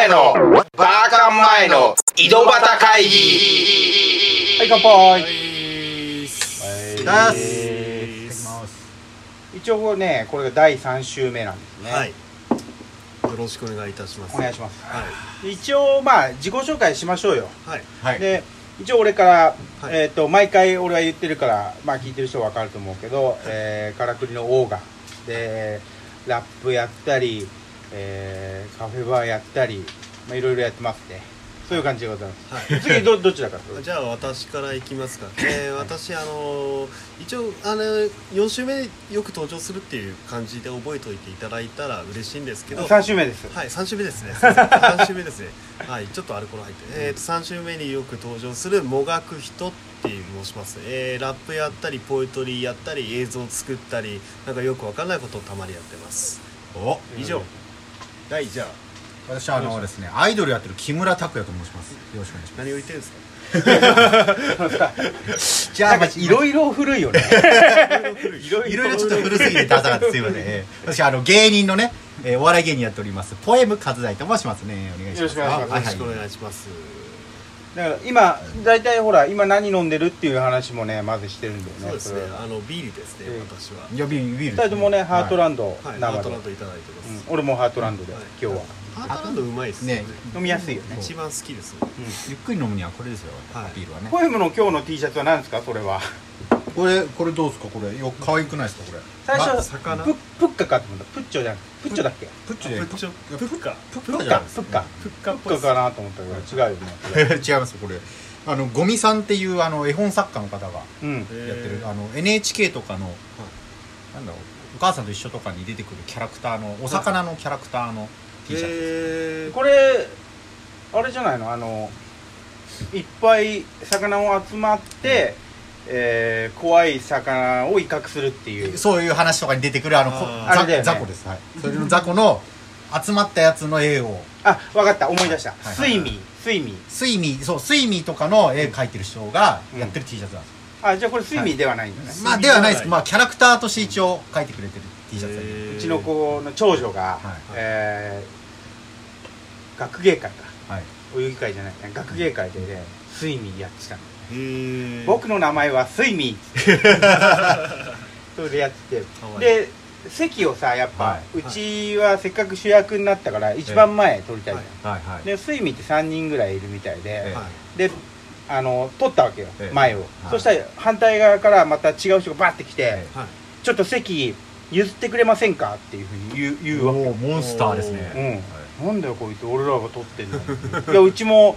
めのバーカン前の井戸端会議。 はい、乾杯。 はい。 一応ね、これが第3週目なんですね。 はい。よろしくお願いいたします。 お願いします。 は一応まあ自己紹介しましょうよ。 はい。 で、一応俺から、 はい毎回俺は言ってるからまあ聞いてる人は分かると思うけど、からくりのオーガでラップやったり、カフェバーやったり、まあいろいろやってますね。そういう感じでございます。 はい。 次どちらかと。 じゃあ私からいきますか。私一応4週目よく登場するっていう感じで覚えておいていただいたら嬉しいんですけど。 3週目です。 はい、3週目ですね。3週目ですね。はい、ちょっとアルコール入って、3週目によく登場するもがく人って申します。ラップやったりポエトリーやったり映像作ったりなんかよくわかんないことをたまにやってます。以上。じゃあ私はですね、アイドルやってる木村拓哉と申します。よろしくお願いします。 何を言ってるんですか。 じゃあいろいろ古いよね。 いろいろちょっと古すぎて出さなくてすいません。私芸人のね、お笑い芸人やっておりますポエムカズダイと申しますね。お願いします。 よろしくお願いします。 よろしくお願いします。 だから今大体ほら今何飲んでるっていう話もねまずしてるんだよね。 そうですね。ビールですね。私は。 いやビール。 2人ともねハートランドはい。ハートランドいただいてます。 俺もハートランドで今日はハートランドうまいですね。 飲みやすいよね。 一番好きです。 ゆっくり飲むにはこれですよ。ビールはね。 ポエムの今日の T シャツは何ですかそれは。 これどうですかこれ。可愛くないですかこれ。 最初魚。 プッカかと思った。プッチョじゃん。プッチョだっけ？ プッチョで。 プッカかなと思ったけど違うよね。 違いますこれ。ゴミさんっていう絵本作家の方がやってるNHK とかのなんだろうお母さんと一緒とかに出てくるキャラクターのお魚のキャラクターの T シャツです。 これあれじゃないのいっぱい魚を集まって怖い魚を威嚇するっていうそういう話とかに出てくる雑魚です。はい。それの雑魚の集まったやつの絵を分かった思い出した。スイミーとかの絵描いてる人がやってる T シャツなんですよ。 じゃあこれスイミーではないんだね。 まあではないです。まあキャラクターとして一応描いてくれてる T シャツ。 うちの子の長女が学芸会かお遊戯会じゃない学芸会でスイミーやってたの。僕の名前はスイミーそれでやっててで席をさやっぱうちはせっかく主役になったから一番前取りたいじゃん。でスイミーって3人ぐらいいるみたいで取ったわけよ前を。そしたら反対側からまた違う人がバッて来てちょっと席譲ってくれませんかっていうふうに言うわけ。 モンスターですね。 なんだよこいつ俺らが取ってんのに。いやうちも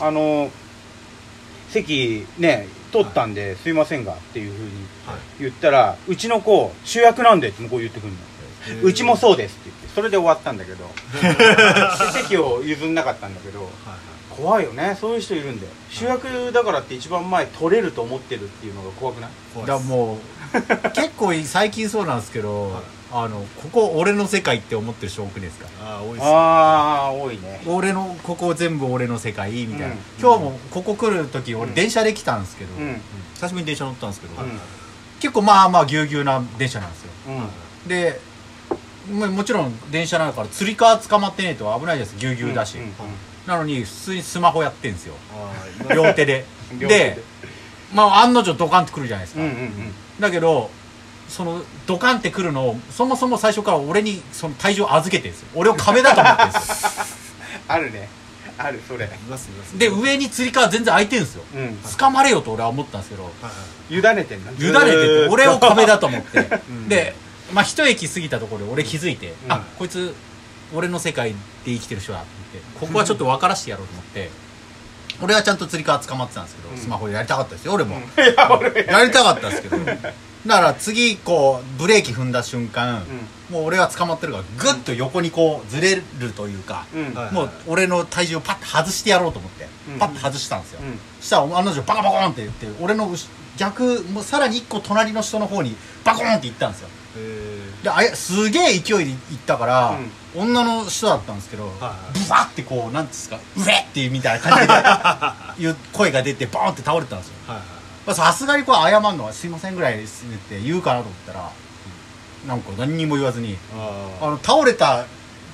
席ね取ったんですいませんがっていうふうに言ったらうちの子主役なんでって向こう言ってくるの。うちもそうですって言ってそれで終わったんだけど席を譲んなかったんだけど怖いよねそういう人いるんで主役だからって一番前取れると思ってるっていうのが怖くない？ いやもう結構最近そうなんですけどここ俺の世界って思ってる人多くないですか？ 多いね。 俺のここ全部俺の世界みたいな。今日もここ来る時俺電車で来たんですけど久しぶりに電車乗ったんですけど結構まあぎゅうぎゅうな電車なんですよ。でもちろん電車なんからつり革捕まってねえと危ないですぎゅうぎゅうだし。なのに普通にスマホやってんですよ両手で。で案の定ドカンってくるじゃないですか。だけどそのドカンってくるのをそもそも最初から俺にその体重を預けてるんですよ。俺を壁だと思ってるんですよ。 あるねあるそれ。 で上につり革全然開いてるんですよ。捕まれよと俺は思ったんですけど委ねてんだ。 委ねてて俺を壁だと思ってで一駅過ぎたところで俺気づいてこいつ俺の世界で生きてる人だって言ってここはちょっと分からしてやろうと思って俺はちゃんとつり革捕まってたんですけどスマホでやりたかったですよ俺も。やりたかったですけどだから次こうブレーキ踏んだ瞬間もう俺は捕まってるからグッと横にこうずれるというかもう俺の体重をパッと外してやろうと思ってパッと外したんですよ。そしたら案の定バカバコーンって言って俺の逆もうさらに1個隣の人の方にバコーンって行ったんですよ。ですげえ勢いで行ったから女の人だったんですけどブワッてこうなんですかうえっていうみたいな感じでいう声が出てボーンって倒れたんですよ。さすがにこれ謝るのはすいませんぐらいですねって言うかなと思ったらなんか何にも言わずに倒れた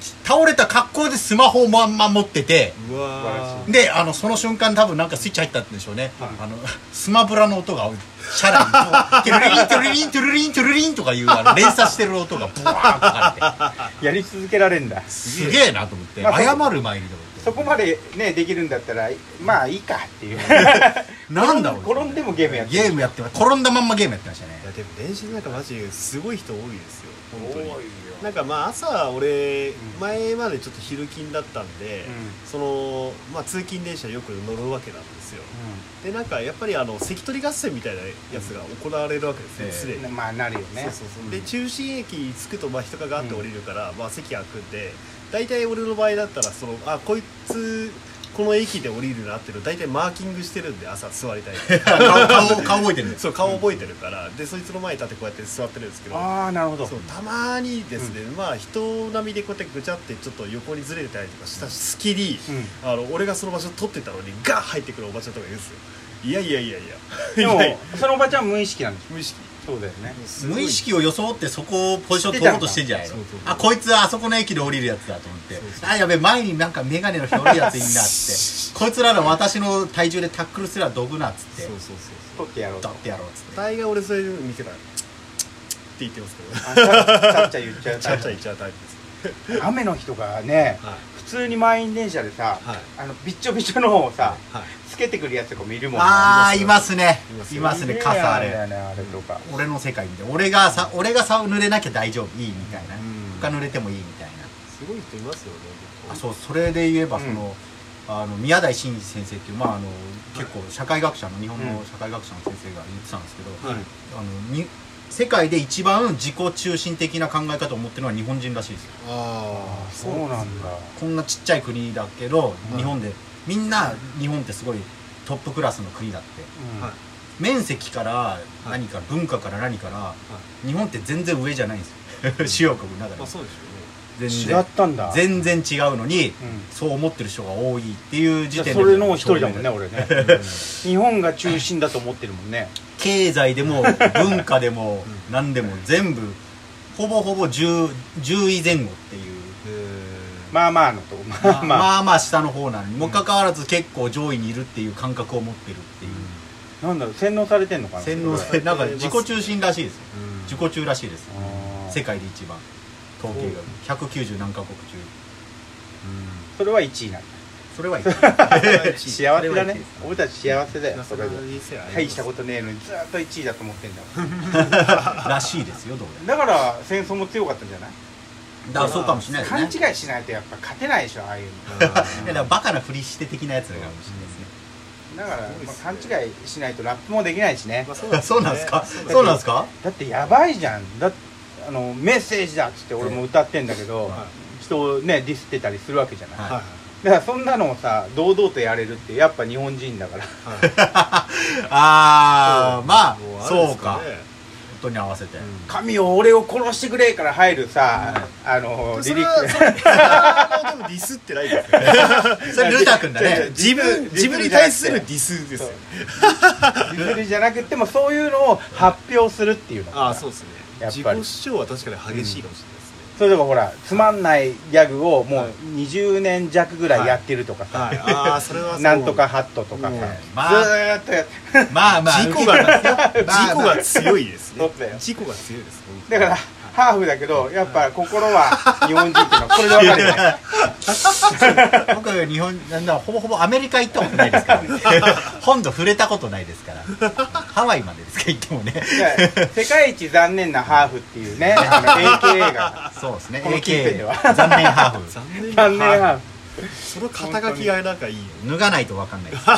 倒れた格好でスマホをまんま持ってて、 うわーでその瞬間多分なんかスイッチ入ったんでしょうね、スマブラの音がシャラにトゥルリントゥルリントゥルリントゥルリンとかいう連鎖してる音がブワーンとかれやり続けられんだ。 てすげえなと思って、 まあ謝る前にと思ってそこまでねできるんだったらまあいいかっていう。 なんだろう、 転んでもゲームやってる。 ゲームやってます。転んだまんまゲームやってましたね。 いやでも練習なんかマジすごい人多いですよ本当に。 多いよ。 なんかまあ朝俺ん前までちょっと昼勤だったんで、 うそのまあ通勤電車よく乗るわけなんですよ。でなんかやっぱり関取合戦みたいなやつが行われるわけですね、すでに。 まあなるよね。 そうそうそう。で中心駅に着くとまあ人がガーって降りるから、まあ席空くんで、大体俺の場合だったらこいつこの駅で降りるなっていうの大体マーキングしてるんで、朝座りたい顔覚えてるんですそう顔覚えてるから、でそいつの前に立ってこうやって座ってるんですけど、 ああなるほど。 そうたまにですね、まあ人並みでこうやってぐちゃってちょっと横にずれたりとかした隙に、俺がその場所取ってたのにガー入ってくるおばちゃんとかいるんですよ。いやいやいやいやでもいやそのおばちゃん無意識なんでしょ。 無意識そうだよね。 無意識を装ってそこをポジション取ろうとしてんじゃないの。 そうそうあ、こいつはあそこの駅で降りるやつだと思って、 そうそうあ、やべえ前になんかメガネの人おるやついいなっつってこいつらの私の体重でタックルすらどぐなっつってそうそうそう取ってやろうと。 取ってやろうっつって大概俺そういうの見てたらって言ってますけどね。 あちゃっちゃ言っちゃうちゃっちゃいっちゃうタイプです。 雨の日とかね、 はい普通に満員電車でさ、 はいびっちょびちょの方をさ、 はいつけてくるやつとかもいるもんね。 あーいますねいますいますね。 すげえ傘あれだよねあれとか。 俺の世界で俺が濡れなきゃ大丈夫いいみたいな、 うん他濡れてもいいみたいな。 すごい人いますよね。 あ、そう、それで言えばその、宮台真司先生っていう、結構社会学者の日本の社会学者の先生が言ってたんですけど、 はい世界で一番自己中心的な考え方を持ってるのは日本人らしいですよ。 ああそうなんだ。 こんなちっちゃい国だけど、 い日本でみんな日本ってすごいトップクラスの国だって、 はい面積から何から、文化から何から、日本って全然上じゃないんですよ主要国の中でまあそうでしょ全違ったんだ。 全然違うのに、 うんそう思ってる人が多いっていう時点でそれの一人だもんね俺ね。日本が中心だと思ってるもんね。 経済でも文化でも何でも全部ほぼほぼ 10位前後っていうまあまあのとこ。まあまあ。 まあまあ下の方なのにもかかわらず結構上位にいるっていう感覚を持ってるっていう、 なんだろう洗脳されてんのかな。 洗脳されなんか自己中心らしいですよ、 うん自己中らしいですあー世界で一番統計が190何カ国中それは1位なんだ。 それはいい幸せだね。俺たち幸せだよ。それでは大したことねえのにずっと1位だと思ってんだもん。 らしいですよどうやだから戦争も強かったんじゃない。 だからそうかもしれないですね勘違いしないとやっぱ勝てないでしょああいうの。 だからバカなふりして的なやつらかもしれないですねだから、勘違いしないとラップもできないしね。 そうなんですかそうなんですかだってやばいじゃん。だってメッセージだっつって俺も歌ってんだけど、人をねディスってたりするわけじゃない、 はいだからそんなのをさ堂々とやれるってやっぱ日本人だからああまあそうかね本当に合わせて神よ俺を殺してくれから入るさ、リリックそれはでもディスってないですよね。 それルタ君だね自分に対するディスですよね。 ディスりじゃなくてもそういうのを発表するっていうのああそうですね。 やっぱり自己主張は確かに激しいかもしれないですね。 それとかほらつまんないギャグをもう20年弱ぐらいやってるとかさ、 はい。ああそれはそうなんとかハットとかさ、 もうまあずーっとやってまあまあ自己がまあまあ強いですねそうだよ。 自己が強いです。 だからハーフだけどやっぱ心は日本人っていうのはこれで分かるよね。 僕日本なんだほぼほぼアメリカ行ったことないですからね本土触れたことないですからハワイまでですか行ってもね世界一残念なハーフっていうねAKA がそうですねこの近辺では AKA 残念ハーフ残念残念ハーフその肩書きがなんかいいよ。 脱がないと分かんないです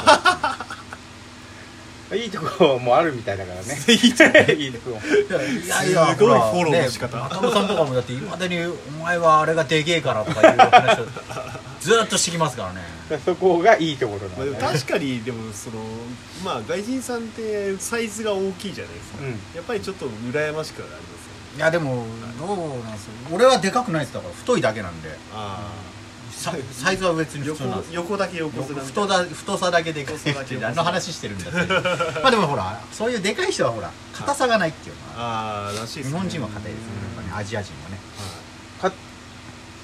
いいとこもあるみたいだからね。 いいとこいいとこも。 いやいやすごいほらフォローの仕方ね中野さんとかもだっていまだにお前はあれがでけえからとかいう話をずーっとしてきますからねそこがいいところまあでもなんだね。 確かにでもまあ外人さんってサイズが大きいじゃないですか。 うんやっぱりちょっと羨ましくはなりますよね。 いやでもどうなんですよ俺はでかくないですだから太いだけなんであサイズは別に普通なんですよ横だけ横綱みたいな太さだけでかい太さだけ何の話してるんだってまあでもほらそういうでかい人はほら硬さがないっていうのはああらしいですね。 日本人は硬いですねやっぱねアジア人はねか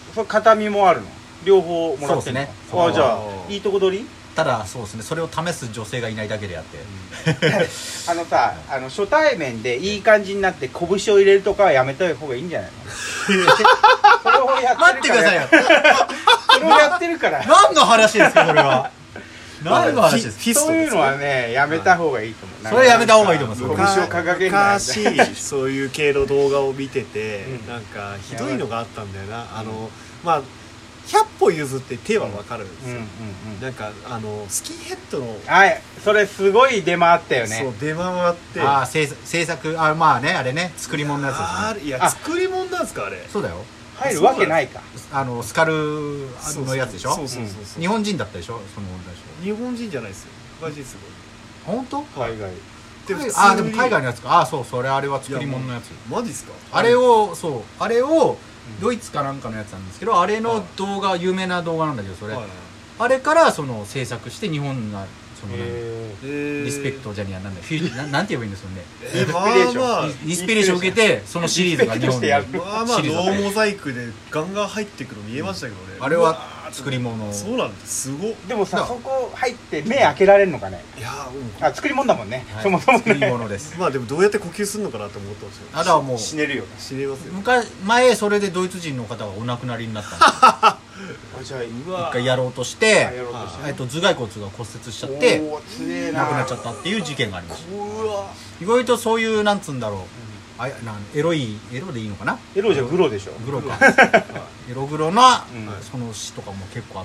それ形見もあるの？両方もらってるの？ そうですねあ、じゃあいいとこ取り？ ただそうですね、それを試す女性がいないだけであって、 さ、初対面でいい感じになって拳を入れるとかはやめた方がいいんじゃないの？それをや待ってくださいよそれをやってるから何の話ですかそれは何の話ですか。 そういうのはね、やめた方がいいと思う。 それはやめた方がいいと思います。 拳を掲げるの昔そういう系の動画を見てて、なんかひどいのがあったんだよな。まあ100歩譲って手は分かるんですよ。なんかスキンヘッドの、 はい、それすごい出回ったよね。 そう出回って、 ああ制作、まあね、あれね、作り物のやつですね。 あれいや作り物なんですかあれ。 そうだよ。 入るわけないか。 スカルのやつでしょ。 そう日本人だったでしょ、その女の人。 日本人じゃないですよ。外人ですよ。 本当？ 海外でも海外のやつか。そう、それあれは作り物のやつ。 マジですか？ あれをドイツかなんかのやつなんですけど、あれの動画、有名な動画なんだけど、それあれからその制作して日本がそのリスペクトじゃにはなんて言えばいいんですよね。インスピレーションを受けてそのシリーズが日本でまあノーモザイクでガンガン入ってくるの見えましたけどね。 あれは作り物。 そうなんです。すご。 でもさ、そこ入って目開けられるのかね。 いや作り物だもんね、そもそもね。 作り物です。 まあでもどうやって呼吸するのかなと思ってましたよ。 だからもう死ねるよね。 死ねますよ。 前それでドイツ人の方がお亡くなりになったんじゃあ一回やろうとして頭蓋骨が骨折しちゃって亡くなっちゃったっていう事件がありました。意外とそういうなんつうんだろう、エロでいいのかな。 エロじゃグロでしょ。 グロかエログロなその詩とかも結構あって、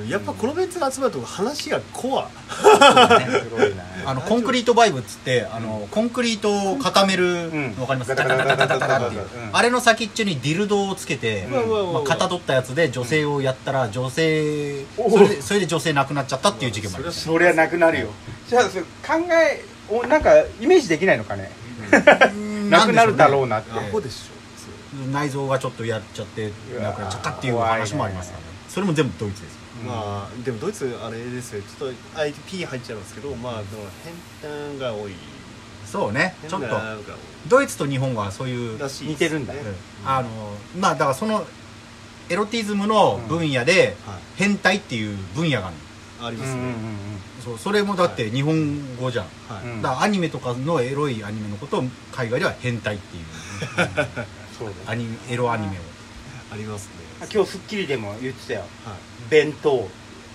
やっぱこのメンツが集まると話がコア。 コンクリートバイブっつってコンクリートを固めるの分かります？ダダダダダダダダっていうあれの先っちょにディルドをつけてかたどったやつで女性をやったら女性それで女性亡くなっちゃったっていう事件もありました。 そりゃなくなるよ。じゃあ考えなんかイメージできないのかね。なくなるだろうなって。 アホでしょ。 内臓がちょっとやっちゃって亡くなっちゃったっていう話もありますからね。それも全部ドイツです。 まあでもドイツあれですよ。ちょっと IP 入っちゃいますけど、まあでも変態が多い。 そうね。ちょっとドイツと日本はそういう似てるんだね。 まあだからそのエロティズムの分野で変態っていう分野がありますね。 それもだって日本語じゃん。だからアニメとかのエロいアニメのことを海外では変態っていうエロアニメをありますね。 今日『スッキリ』でも言ってたよ。弁当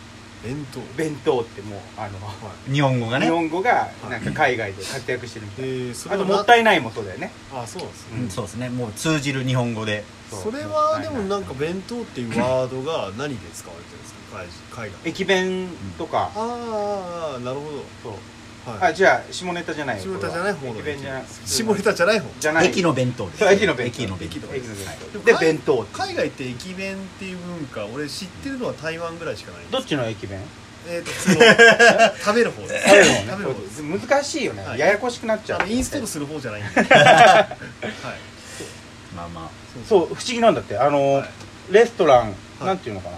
ってもう日本語がね、 日本語がなんか海外で活躍してるみたいな。あともったいないもそうだよね。 あ、そうなんですね。 そうですね。もう通じる日本語で。 それはでもなんか弁当っていうワードが何で使われてるんですか？海外。 駅弁とか。 ああ、なるほど。 あ、じゃあ下ネタじゃないよ。 下ネタじゃない方の駅弁じゃない。 下ネタじゃない方。 じゃない。 駅の弁当です。 駅の弁当。で弁当。 海外って駅弁っていう文化、俺知ってるのは台湾ぐらいしかない。 どっちの駅弁？ 普通の食べる方です。 食べる方です。難しいよね。ややこしくなっちゃう。 インストールする方じゃないんで。 まあまあ。 そう、不思議なんだって。レストランなんていうのかな。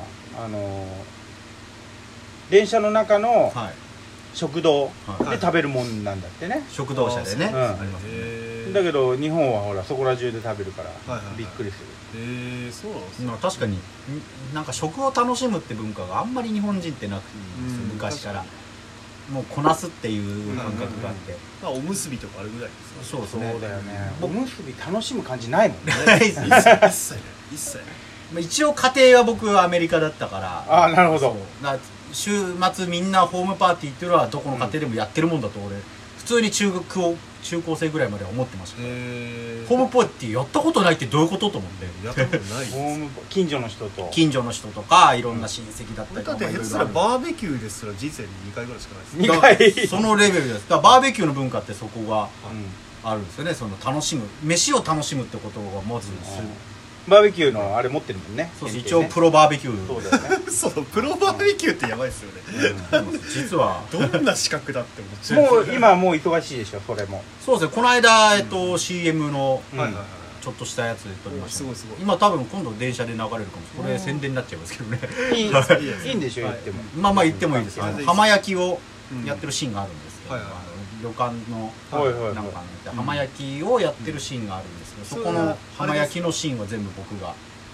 電車の中の食堂で食べるもんなんだってね。 食堂車でね。 だけど日本はほらそこら中で食べるからびっくりする。 そうなんですね。 確かになんか食を楽しむって文化があんまり日本人ってなくて、昔からもうこなすっていう感覚があって、 おむすびとかあるぐらいです。 そうですね。 そうだよね。おむすび楽しむ感じないもんね。 一切一応家庭は僕はアメリカだったから。 ああ、なるほど。 週末みんなホームパーティーっていうのはどこの家庭でもやってるもんだと俺普通に中高生ぐらいまでは思ってましたから。ホームパーティーやったことないってどういうことと思って。 やったことない。 近所の人とかいろんな親戚だったりとか。 だって下手したらバーベキューですら人生に2回ぐらいしかないです。2回そのレベルです。だからバーベキューの文化ってそこがあるんですよね。その楽しむ飯を楽しむってことがまずバーベキューのあれ持ってるもんね。 そうです。一応プロバーベキュー。 そうだよね。 そう、プロバーベキューってやばいですよね。 実はどんな資格だって思っちゃう。 もう今はもう忙しいでしょ、それも。 そうですね。この間CM のちょっとしたやつで撮りました。今多分今度電車で流れるかもしれない。これ宣伝になっちゃいますけどね。 いいんでしょ、言っても。 まあまあ言ってもいいですよ。浜焼きをやってるシーンがあるんですけど、旅館のなんか浜焼きをやってるシーンがあるんですけど、そこの浜焼きのシーンは全部僕が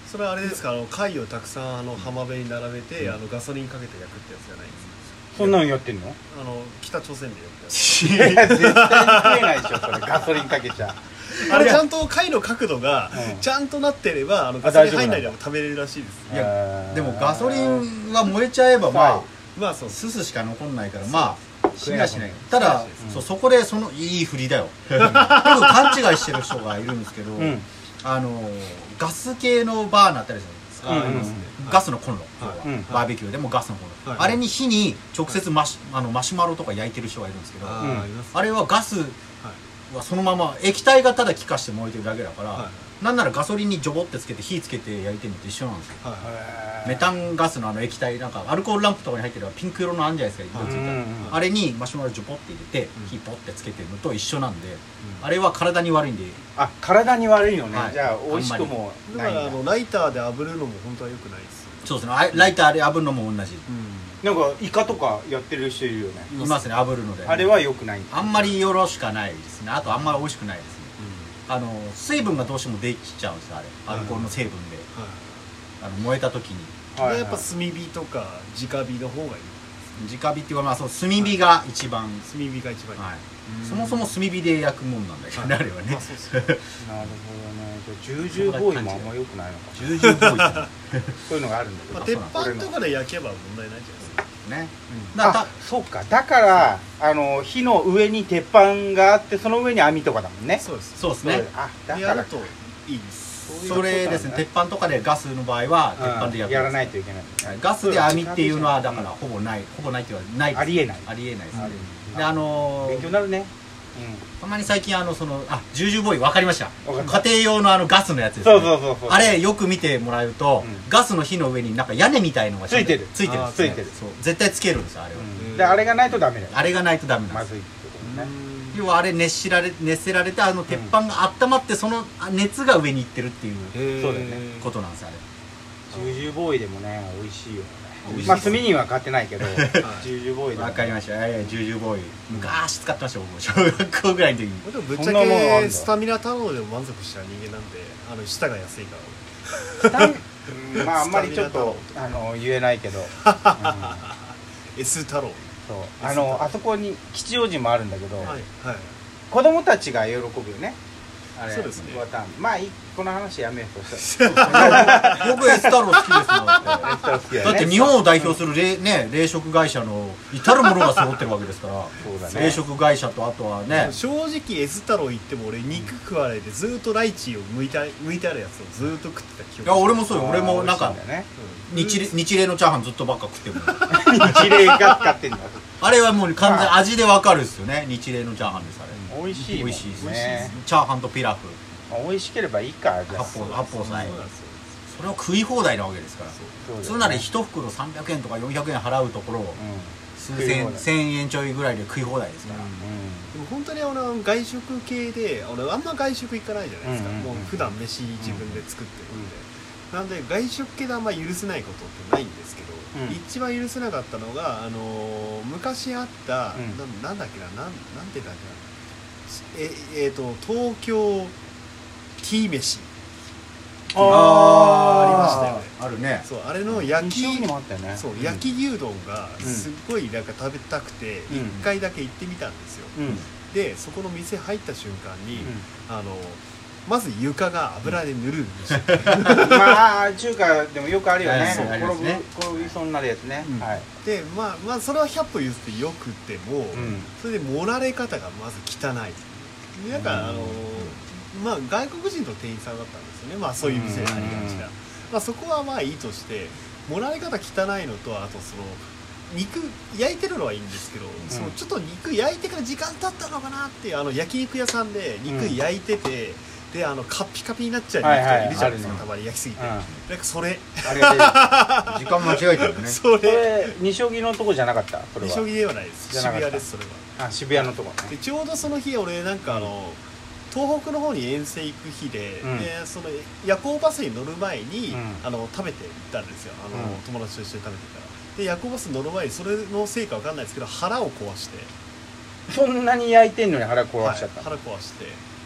それはあれですか、貝をたくさん浜辺に並べて、ガソリンかけて焼くってやつじゃないんですか？ そんなのやってんの？ 北朝鮮でよくやる。 いや絶対に食えないでしょそれ、ガソリンかけちゃ。 あれちゃんと貝の角度がちゃんとなってれば、ガソリン入んないでも食べれるらしいです。 いやでもガソリンが燃えちゃえばまあそう、 すすしか残んないから、まあ死にはしない。ただそこでいい振りだよ。よく勘違いしてる人がいるんですけど、ガス系のバーナーあったりするんですか、ガスのコンロ、バーベキューでもガスのコンロ、あれに火に直接マシュマロとか焼いてる人がいるんですけど、あれはガスはそのまま液体がただ気化して燃えてるだけだから、なんならガソリンにジョボってつけて火つけて焼いてるのと一緒なんですよ。メタンガスの液体、なんかアルコールランプとかに入ってるピンク色のあるじゃないですか、色ついたあれにマシュマロジョポって入れて火ポってつけてるのと一緒なんで、あれは体に悪いんで。 あ、体に悪いのね。じゃあ美味しくもないんだ。 だからライターで炙るのも本当は良くないですよ。 そうですね、ライターで炙るのも同じ。 なんかイカとかやってる人いるよね。 いますね、炙るので。 あれは良くない。あんまりよろしかないですね。あとあんまり美味しくないですね。水分がどうしてもできちゃうんですよ、あれ。アルコールの成分で燃えた時に。 やっぱ炭火とか直火の方がいい。 直火っていうか、まあそう、炭火が一番。 炭火が一番いい。 そもそも炭火で焼くもんなんだけどね、あれはね。 なるほどね。じゃあジュージューボーイもあんま良くないのか。 ジュージューボーイそういうのがあるんだけど、 鉄板とかで焼けば問題ないじゃないですかね。 あ、そうか。だから火の上に鉄板があって、その上に網とかだもんね。 そうです。 そうですね。 あ、だからやるといいです。 それですね、鉄板とかでガスの場合は鉄板で焼く。 やらないといけない。 ガスで網っていうのはだからほぼないっていうのはない。ありえないですね。で勉強になるね。 たまに最近ジュージューボーイ分かりました。家庭用のガスのやつです。 そう。 あれよく見てもらうと、ガスの火の上になんか屋根みたいのがついてる。 そう絶対つけるんですよ、あれは。 であれがないとダメだよ。 あれがないとダメなんです。 まずいってことね。 要はあれ熱せられて鉄板が温まって、その熱が上にいってるっていうことなんです、あれ。 ジュージューボーイでもね、美味しいよね。まあ炭には買ってないけど、ジュージューボーイで。 わかりました。ジュージューボーイ昔使ってました、僕も小学校ぐらいの時に。 でもぶっちゃけスタミナ太郎でも満足した人間なんで、舌が安いからまああんまりちょっと言えないけど S 太郎。 そう、あそこに吉祥寺もあるんだけど、子供たちが喜ぶよね。 そうですね。 まあこの話やめようとしたら。 僕エス太郎好きですもん。だって日本を代表する冷食会社の至るものが揃ってるわけですから。冷食会社と、あとはね、 正直エス太郎行っても俺肉食われてずっとライチを剥いてあるやつをずっと食ってた記憶。 いや俺もそうよ。俺もなんか日霊のチャーハンずっとばっか食ってるもん。 日霊が使ってんだ。 あれはもう完全味でわかるっすよね。日霊のチャーハンです。あれ美味しいですね。 チャーハンとピラフ、 美味しければいいか。 八宝菜、それを食い放題なわけですから。普通なら1袋300円とか400円払うところを数千1000円ちょいぐらいで食い放題ですから。 でも本当に外食系で俺あんま外食行かないじゃないですか。もう普段飯自分で作ってるんで、なんで外食系であんま許せないことってないんですけど、一番許せなかったのが昔あったなんだっけな、なんて言ったっけな、東京ティー飯ありましたよね。 あるね。 そう、あれの焼き牛丼がすっごいなんか食べたくて1回だけ行ってみたんですよ。でそこの店入った瞬間にまず床が油で塗るんですよ。 まあ中華でもよくあるよね。転びそうになるやつね。 でまあそれは100歩譲ってよくても、それで盛られ方がまず汚い。なんかまあ外国人の店員さんだったんですよね。まあそういう店にありがちな。まあそこはまあいいとして、盛られ方汚いのと、あと肉焼いてるのはいいんですけど、ちょっと肉焼いてから時間経ったのかなっていう、焼肉屋さんで肉焼いてて、でカピカピになっちゃう肉とかいるじゃないですか、たまに焼きすぎて。なんかそれ時間間違えてるね。 それ西荻のとこじゃなかった？ 西荻ではないです。渋谷です。それは渋谷のとこね。 でちょうどその日俺なんか東北の方に遠征行く日で、その夜行バスに乗る前に食べて行ったんですよ。友達と一緒に食べてたら。で夜行バス乗る前にそれのせいかわかんないですけど腹を壊して。 そんなに焼いてんのに腹壊しちゃった。 腹壊して。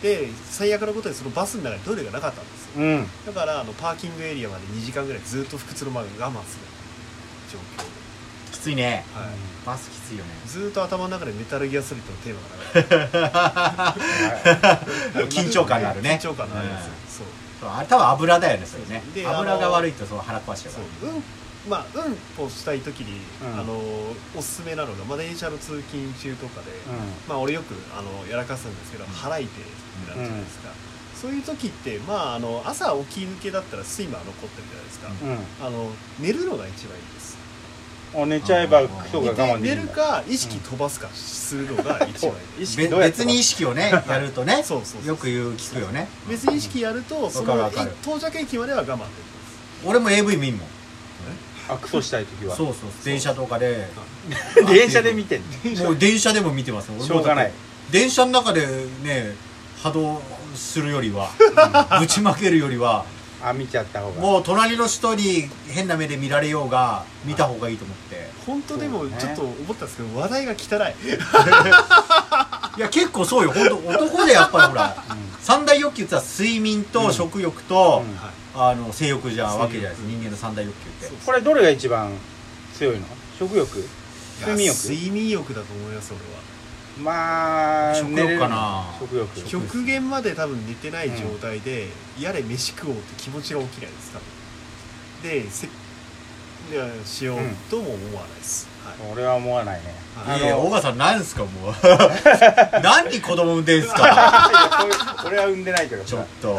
で最悪のことでそのバスの中にトイレがなかったんですよ、 うん、 だからパーキングエリアまで2時間ぐらいずっと不屈のまま我慢する状況で、 きついね、 はい、 バスきついよね。 ずっと頭の中でメタルギアソリッドのテーマが流れて緊張感のあるね。 緊張感のあるやつ、そうあれ多分油だよね、それね。 で油が悪いとそう腹壊しちゃうかそううんこしたい時に、おすすめなのが、電車の通勤中とかで、俺よくやらかすんですけど、腹痛いってなるじゃないですか、そういう時って、朝起き抜けだったら睡魔残ってるじゃないですか、寝るのが一番いいです。 寝ちゃえばクソが我慢できる。 寝るか意識飛ばすかするのが一番いい。 別に意識をねやるとねそうよく聞くよね。 別に意識やるとその到着駅までは我慢できます。 俺も AV 見んもん。 クソしたい時は。 そう電車とかで電車で見てんの。もう電車でも見てます。 しょうがない。 電車の中でね波動するよりはぶちまけるよりは見ちゃった方が、もう隣の人に変な目で見られようが見た方がいいと思って。 本当でもちょっと思ったんですけど、話題が汚いいや結構そうよ、本当男でやっぱりほら、三大欲求って睡眠と食欲と、性欲じゃわけじゃないですか、人間の三大欲求って。 これどれが一番強いの？食欲？睡眠欲？ 睡眠欲だと思います俺は。 食欲かな。 極限まで多分寝てない状態で、やれ飯食おうって気持ちが起きないです多分でしようとも思わないです、 俺は思わないね。 大川さんなんすかもう何人子供産んでんすか俺は産んでないけどちょっと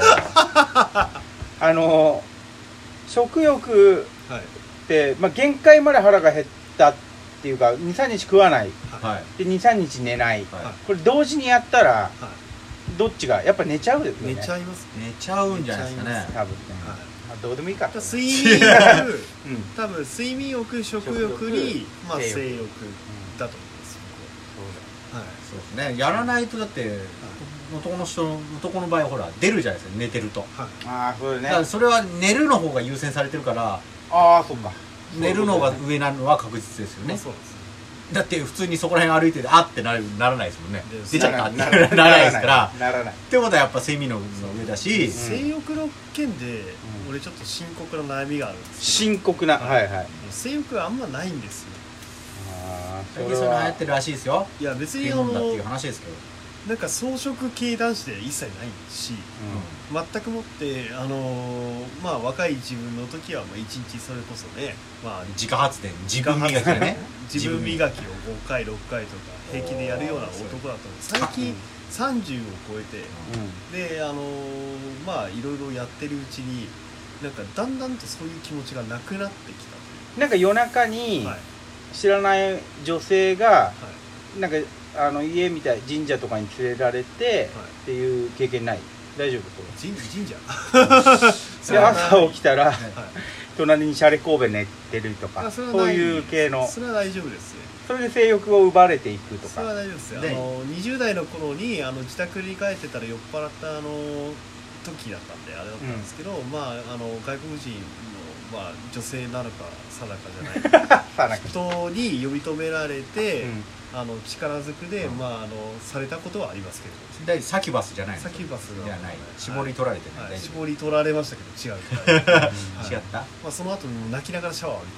食欲って、限界まで腹が減ったっていうか 2,3 日食わない、で 2,3 日寝ない、これ同時にやったら、どっちがやっぱ寝ちゃうですよね。 寝ちゃいます。 寝ちゃうんじゃないですかね多分ね。どうでもいいか。 睡眠欲多分睡眠欲食欲に性欲だと思います。 そうですね。やらないとだって男の場合はほら出るじゃないですか、寝てると。 そうね。 だからそれは寝るの方が優先されてるから、 そうか。 寝るのが上なのは確実ですよね。だって普通にそこら辺歩いててってならないですもんね。出ちゃったってならないですから。 ならない。 ってことはやっぱ睡眠の上だし、 性欲の件で俺ちょっと深刻な悩みがあるんですけど。 深刻な。 性欲があんまないんですよ。 最近それ流行ってるらしいですよ。 いや別にだっていう話ですけど、 なんか草食系男子で一切ないし、全くもって若い自分の時は一日それこそね、 自家発電、自分磨きね自分磨きを5回6回とか平気でやるような男だと最近30を超えて、でいろいろやってるうちになんかだんだんとそういう気持ちがなくなってきたという。 なんか夜中に知らない女性がなんか家みたい神社とかに連れられてっていう経験ない？大丈夫？ 神社で朝起きたら隣にシャレ神戸寝てるとか、そういう系の。 それは大丈夫ですね。 それで性欲を奪われていくとか。 それは大丈夫ですよ。20代の頃に自宅に帰ってたら酔っ払った時だったんであれだったんですけど、外国人の女性なのか定かじゃない人に呼び止められて、力ずくでされたことはありますけど。 サキュバスじゃないの？ サキュバスじゃない。絞り取られてね。 絞り取られましたけど違う。 違った？ その後泣きながらシャワー浴び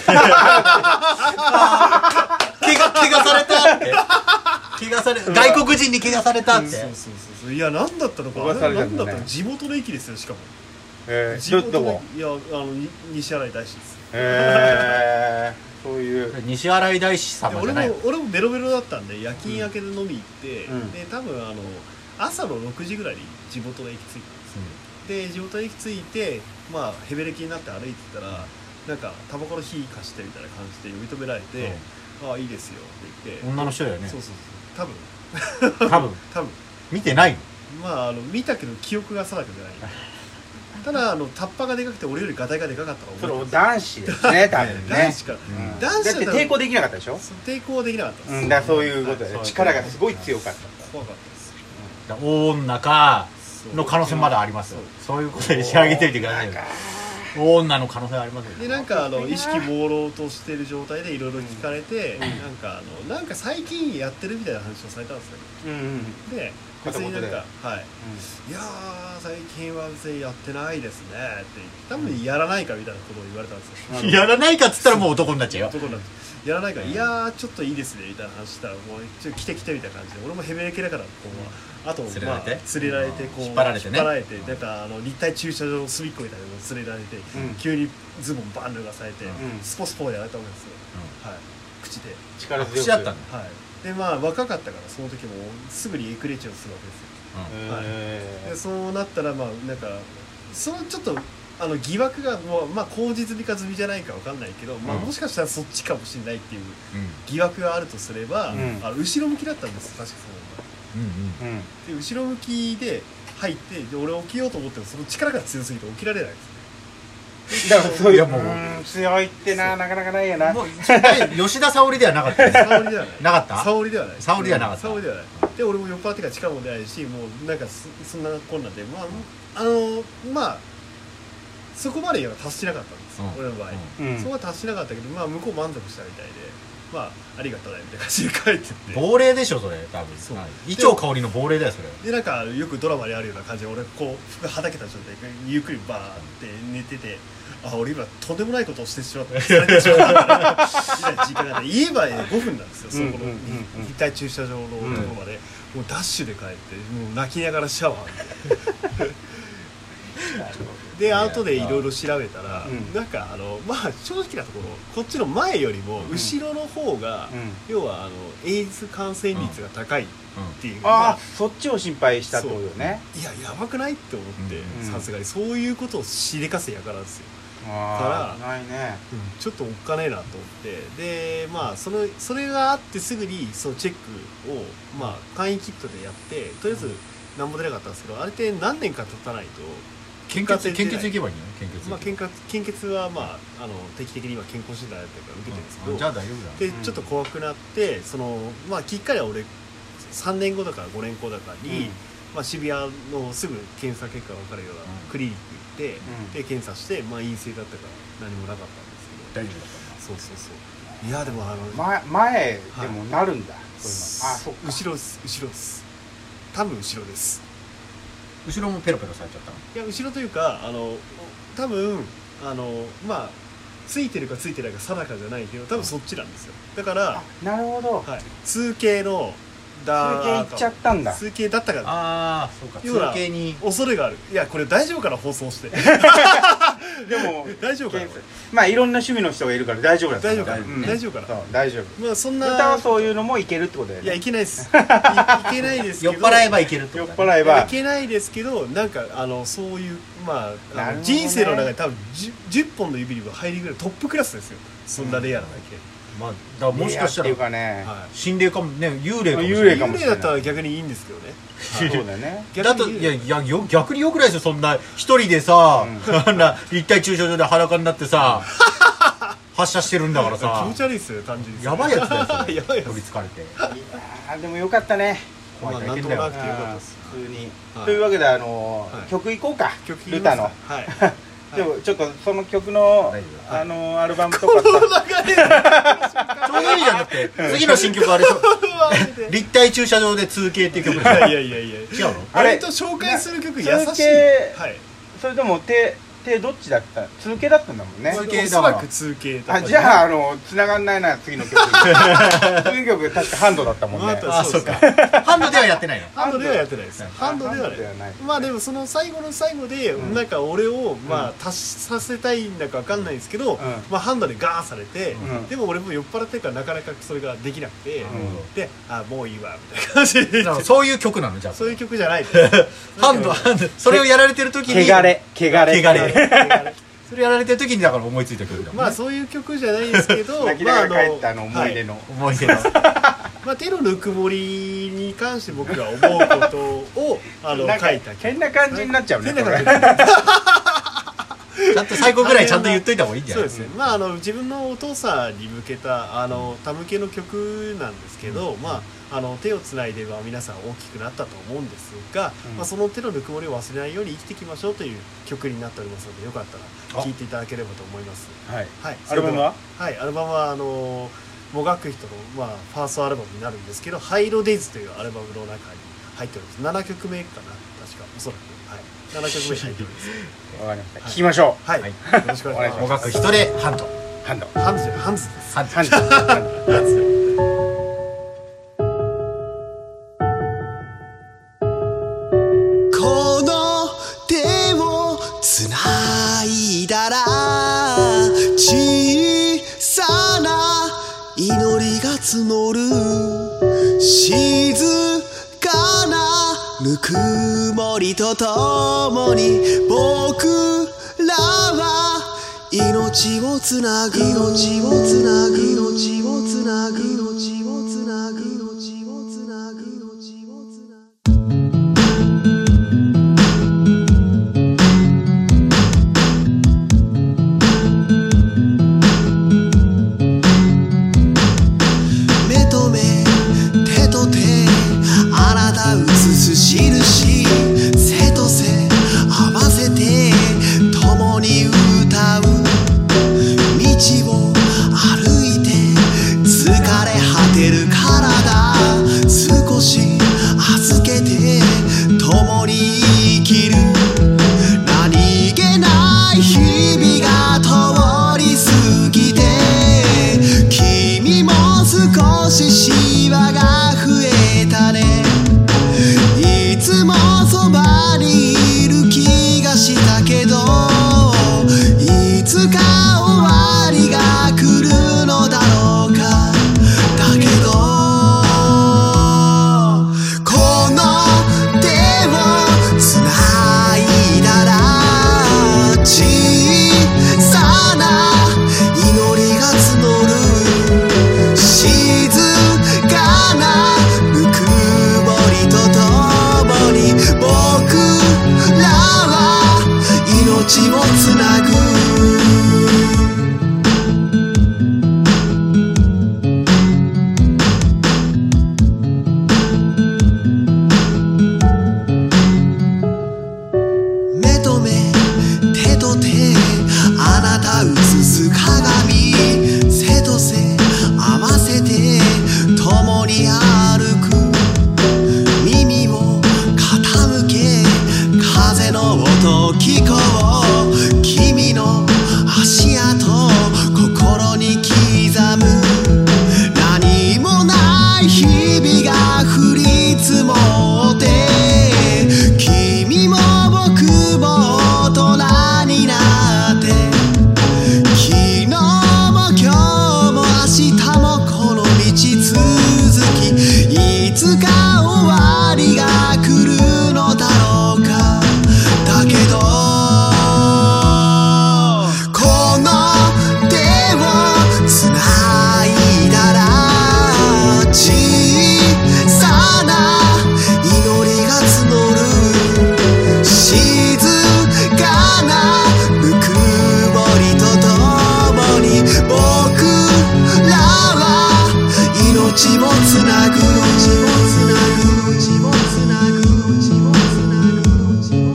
てる。怪我されたって。外国人に怪我されたって。 そう。いや何だったのか。何だったの？地元の駅ですよしかも。地元の西新井大師です。 そういう西新井大師様じゃない。 俺もベロベロだったんで夜勤明けで飲み行って、で多分朝の6時ぐらいに地元の駅着いたんです、で地元の駅着いてヘベレキになって歩いてたらなんかタバコの火貸してみたいな感じで呼び止められて、いいですよって言って。 女の人だよね。 そう多分見てないの？見たけど記憶が定かじゃない。ただタッパがでかくて俺よりガタイがでかかったの。 それ男子ですね多分ね。 男子か。 だって抵抗できなかったでしょ？ 抵抗できなかったです。 だそういうことで力がすごい強かった。 怖かったです。 大女かの可能性まだありますよ。そういうことで仕上げてみてくださいよ。大女の可能性ありますよ。 でなんか意識朦朧としてる状態でいろいろ聞かれて、なんか最近やってるみたいな話をされたんですよ。で別になん片言でかはい、いやー最近は別にやってないですねって多分やらないかみたいなことを言われたんですよ。 やらないかっつったらもう男になっちゃうよ。 男なんですやらないから、いやーちょっといいですねみたいな話したらもうちょっと来て来てみたいな感じで俺もヘベレケだからこうあと連れられて連れられてこう引っ張られてねなんか立体駐車場の隅っこみたいなのを連れられて、急にズボンバン脱がされて、スポスポやられたわけですよ、はい、口で力強く口だったんだ。 はいでまあ若かったからその時もすぐにエクレチをするわけですよ、はい、でそうなったらまあなんかそのちょっと疑惑がもうまあ口実味か済みじゃないかわかんないけど、まあもしかしたらそっちかもしれないっていう疑惑があるとすれば、後ろ向きだったんです確かそので後ろ向きで入ってで俺起きようと思ってもその力が強すぎて起きられないですね。 だからそういうもう強いってなかなかないよな。 もう吉田沙保里ではなかったね。 沙織ではないなかった沙織ではない沙織ではなかった沙織ではないで俺も酔っ払ってから力も出ないしもうなんかそんなこんなんでまあそこまでは達しなかったんですよ、俺の場合、そこは達しなかったけどまあ向こう満足したみたいでまあありがとうねみたいな感じで帰ってって亡霊でしょそれ多分。 そう伊調香織の亡霊だよそれ。 でなんかよくドラマにあるような感じで俺こう服はだけた状態でゆっくりバーって寝ててあ俺今とんでもないことをしてしまったされてしまったみたいな時間があって家まで5分なんですよそこの立体駐車場のところまで、もうダッシュで帰ってもう泣きながらシャワーで後でいろいろ調べたら、なんかまあ正直なところこっちの前よりも後ろの方が、要はエイズ感染率が高いっていう、 ああそっちを心配したってことよね。 いややばくないって思ってさすがにそういうことをしでかせやからですよ。 からないね、 ちょっとおっかねえなと思ってでまあそれがあってすぐにそのチェックをまあ簡易キットでやってとりあえず何も出なかったんですけどあれって何年か経たないと献血行けばいいんだよ献血はまあ定期的に今健康診断やってるから受けてるんですけど、 じゃあ大丈夫だ。 でちょっと怖くなってまあきっかりは俺3年後だか5年後だかに、まあ、渋谷のすぐ検査結果が分かるようなクリニック行って、で検査してまあ陰性だったから何もなかったんですけど大丈夫だったな。 そうそうそういやでも前でもなるんだ、そういうの。 後ろです多分後ろです。 後ろもペロペロされちゃったの。 いや後ろというか多分まあついてるかついてないか定かじゃないけど多分そっちなんですよ。だからなるほど、 はい、通形の通形いっちゃったんだ。 通形だったから。 ああそうか。通形に恐れがある。いやこれ大丈夫かな放送してでも大丈夫かな。 まあいろんな趣味の人がいるから大丈夫だ。 大丈夫かな、大丈夫かな。 大丈夫。 まあそんな歌はそういうのもいけるってことだよね。 いやいけないですいけないですけど酔っ払えばいけるって酔ことっ払えばいけないですけどなんかそういうまあ人生の中で多分 10本の指にも入りぐらいトップクラスですよ。そんなレアなだけ。 まあだからもしかしたらいうかね、 心霊かもね幽霊かもしれない。 幽霊かもしれない。 幽霊だったら逆にいいんですけどね。 そうだね。 だといや逆によくないですよそんな一人でさ、あんな立体駐車場で裸になってさ発射してるんだからさ気持ち悪いですよ単純に。 やばいやつだよそれ。 やばいやつ取りつかれて。 でもよかったね。 まあなんともなくてよかったです普通に。というわけで曲いこうか。ルタの。 はいでもちょっとその曲のアルバムとかちょうどいいじゃんだって次の新曲あれ立体駐車場で通形っていう曲でしょ。 いや違うのあれと紹介する曲優しい。はいそれとも手どっちだった？通形だったんだもんね。 おそらく通形だった。 じゃあ繋がんないな次の曲。次の曲確かハンドだったもんね。 あそうか。ハンドではやってないの。 ハンドではやってないです。ハンドではない。まあでもその最後の最後でなんか俺をまあ達させたいんだかわかんないんですけど、まあハンドでガーされて、でも俺も酔っ払ってるからなかなかそれができなくて、でもういいわみたいな感じで。 そういう曲なのじゃあ。 そういう曲じゃないです。 ハンドそれをやられてる時に。 汚れ。 それやられてる時にだから思いついた曲だもんね。 まあそういう曲じゃないですけど泣きながら帰った思い出のまあ手のぬくもりに関して僕が思うことを書いた曲。 変な感じになっちゃうね。 変な感じ。 ちゃんと最後ぐらいちゃんと言っといた方がいいんじゃない。 そうですね。まあ自分のお父さんに向けた他向けの曲なんですけど、まあ手をつないでは皆さん大きくなったと思うんですが、まあその手のぬくもりを忘れないように生きていきましょうという曲になっておりますので、よかったら聴いていただければと思います。 はい。 はい。 アルバムは？ はい。アルバムはもがく人のまあファーストアルバムになるんですけど、ハイロデイズというアルバムの中に入っております。7曲目かな確か、おそらく、はい、7曲目入っておりますわかりました、聞きましょはい、 はいよろしくお願いし語ます。 学人でハンドう。ハンドハンズじゃないハンズです。 ハンドハンドハンドこの手をつないだら小さな祈りが募る静かなぬくもりとともに僕らは命をつなぐ命をつなぐ命をつなぐ命をつなぐ命をつなぐ命をつなぐ目と目手と手あなた映す印背と背合わせて共に歌う道を歩いて疲れ果てる体少し預けて共に生きる何気ない日々が通り過ぎて君も少しシワが増えたねいつもそばにいる気がしたけどいつか終わりが来るのだろうかだけどこの手をつないだら小さな祈りが募る静かなぬくもりとともに僕らは命をつなぐ目と目手と手あなた映す鏡背と背合わせて共に歩く耳を傾け風の音聞こう君の足跡心に刻む何もない日々が降り積もって君も僕も大人になって昨日も今日も明日もこの道続きいつか終わりが来るのだろうかだけどこの手をつないだら小さな祈りが募る静かなぬくもりとともに僕らは命をつなぐ命をつなぐ命をつなぐ命をつなぐ命をつな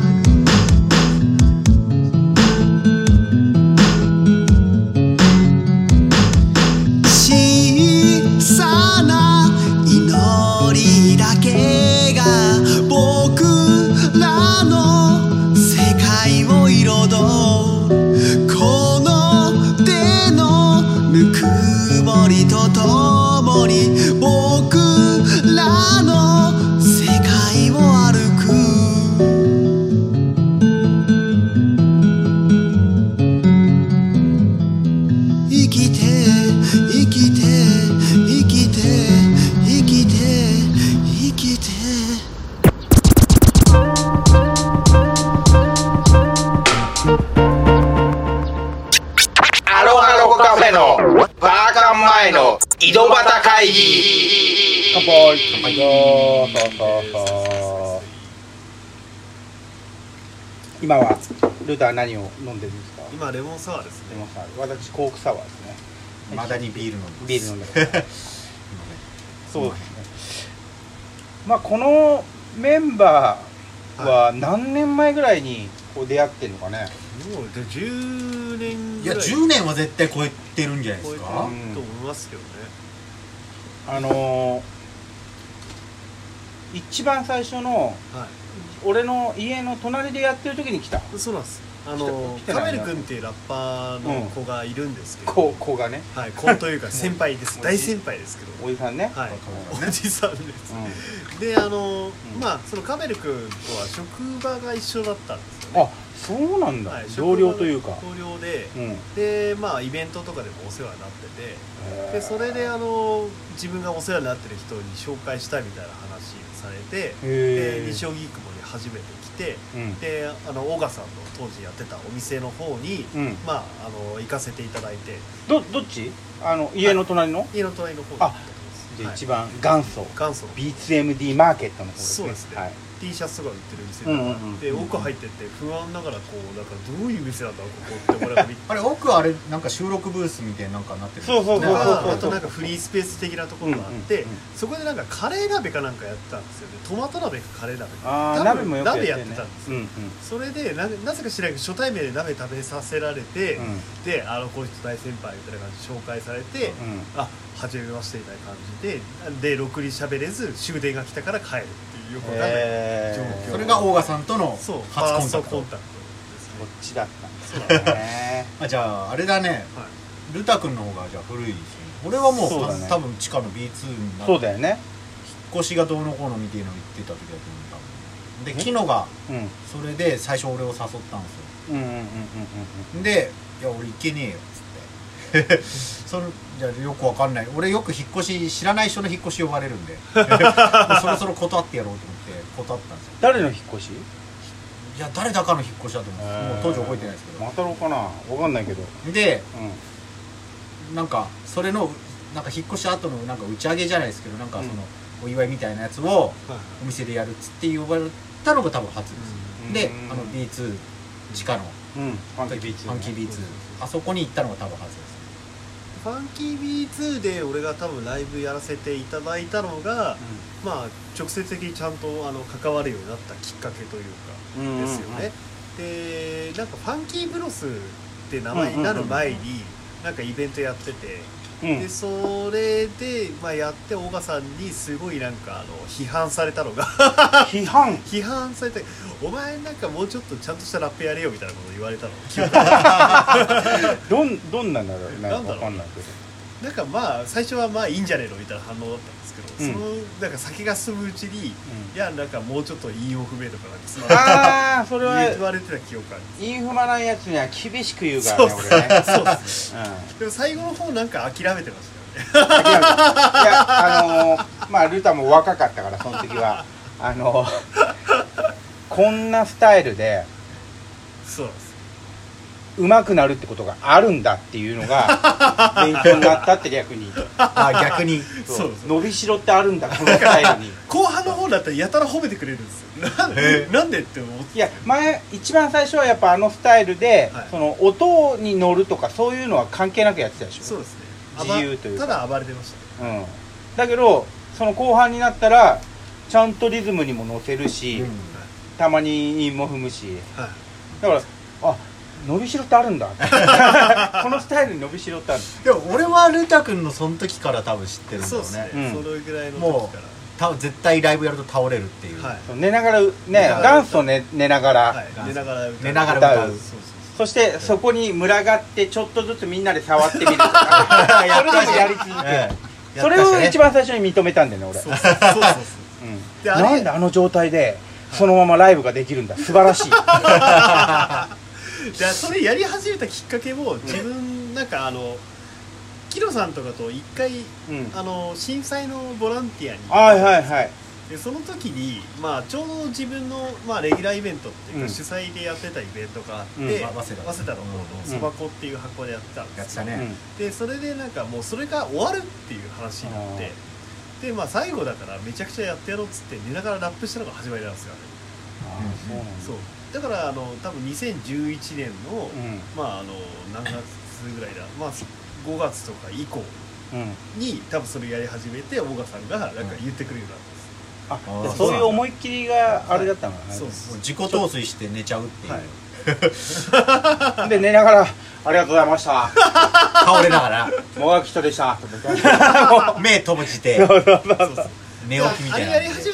ぐ小さな祈りだけが僕らの世界を彩るこの手のぬくもりとともに僕らの世界を歩く生きて生きて生きて生きて生きてアロハロコカフェのバーカン前の井戸端会議。 乾杯そう今はルーターは何を飲んでるんですか今レモンサワーですね。 レモンサワー私コークサワーですねまだにビール飲んでますビール飲んでますそうですねまあこのメンバーは何年前ぐらいにこう出会ってんのかねもう10年いやぐらい 10年は絶対超えてるんじゃないです超えてるか。 と思いますけどね。 一番最初の俺の家の隣でやってる時に来た。 そうなんです。 来てないなカメル君っていうラッパーの子がいるんですけど、 子がね、 はい、子というか先輩です。大先輩ですけど、 おじさんね、 はい、おじさんです。でまあそのカメル君とは職場が一緒だったんですよね。 あ、そうなんだ。同僚というか。 同僚で、でまあイベントとかでもお世話になってて、でそれで自分がお世話になってる人に紹介したいみたいな話をされて、で西荻窪に初めて来て、でオガさんの当時やってたお店の方に、まあ行かせていただいて。 どっち？家の隣の？ 家の隣の方に。 あ、じゃあ一番元祖ビーツ MD マーケットの方ですね。 そうですね、 はい、 T シャツとか売ってる店があって、奥入ってって不安ながらこうなんかどういう店なんだろうここって俺が見てあれ奥あれなんか収録ブースみたいななんかなってる。 そうあとなんかフリースペース的なところがあって、そこでなんかカレー鍋かなんかやってたんですよね。トマト鍋かカレー鍋、 鍋もよく鍋やってたんですよ。それでなぜか知らないけど初対面で鍋食べさせられて、でこの人大先輩みたいな感じで紹介されて、あ、初めましてみたいな感じでろくに喋れず終電が来たから帰るっていうよくわかんない状況。 それがオーガさんとの初コンタクト。 こっちだったんですね。 じゃああれだね、ルタ君の方がじゃあ古いですね。俺はもう多分地下の B2 になって、そうだよね、引っ越しがどうのこうのみたいなの言ってた時だと思ったで、キノがそれで最初俺を誘ったんですよ。で、いや俺行けねえよっつってそれじゃあよくわかんない、俺よく引っ越し知らない人の引っ越し呼ばれるんでそろそろ断ってやろうと思って断ったんですよ。 誰の引っ越し？ いや誰だかの引っ越しだと思うんです。もう当時覚えてないですけど。 マタロかな、わかんないけど。 で、なんかそれのなんか引っ越し後のなんか打ち上げじゃないですけど、なんかそのお祝いみたいなやつをお店でやるっつって呼ばれたのが多分初です。で、B2 地下のファンキー B2 あそこに行ったのが多分初です。 ファンキー B2 で俺が多分ライブやらせていただいたのが、まあ直接的にちゃんと関わるようになったきっかけというかですよね。でなんかファンキーブロスって名前になる前になんかイベントやってて、でそれで、まあ、やってオガさんにすごいなんか批判されたのが批判されて、お前なんかもうちょっとちゃんとしたラップやれよみたいなこと言われたのどんなんだろうね、分かんないけど、 なんかまあ最初はまあいいんじゃねえのみたいな反応だったんですけど、そのなんか先が進むうちに、いやなんかもうちょっと韻を踏めとかなんかそれは言われてた記憶あるんです。 韻踏まないやつには厳しく言うからね、俺ね。 そうですね。でも最後の方なんか諦めてましたよね。 いやまあルタも若かったからその時はこんなスタイルでそうなんです。 上手くなるってことがあるんだっていうのが勉強になったって逆に逆にそう伸びしろってあるんだこのスタイルに後半の方だったらやたら褒めてくれるんですよ。なんでって思って。 いや一番最初はやっぱスタイルで、その音に乗るとかそういうのは関係なくやってたでしょ。 そうですね、 自由というかただ暴れてましたね。 だけどその後半になったらちゃんとリズムにも乗せるし、たまに韻も踏むし、だから伸びしろってあるんだこのスタイルに伸びしろってある。 でも俺はルタ君のその時から多分知ってるんだよね。 そうですね、そのぐらいの時から多分絶対ライブやると倒れるっていう、 寝ながらね、元祖寝ながら歌う。そしてそこに群がってちょっとずつみんなで触ってみるとかそれでもやり続ける。それを一番最初に認めたんだよね俺。なんであの状態でそのままライブができるんだ、素晴らしい。 じゃあそれやり始めたきっかけも自分なんかキロさんとかと一回震災のボランティアにでその時にちょうど自分のレギュラーイベントっていうか主催でやってたイベントがあって、早稲田の方のそば粉っていう箱でやってたんですよ。でそれでなんかもうそれが終わるっていう話になって、で最後だからめちゃくちゃやってやろうっつって寝ながらラップしたのが始まりなんですよね。そうだから多分2011年の何月ぐらいだ、5月とか以降に多分それやり始めて、オガさんがなんか言ってくれるようになったんです。 そういう思いっきりがあれだったのかな。 自己陶酔して寝ちゃうっていう、 で寝ながらありがとうございました倒れながらもがき人でした目閉じて寝起きみたいな。 あれやり始めた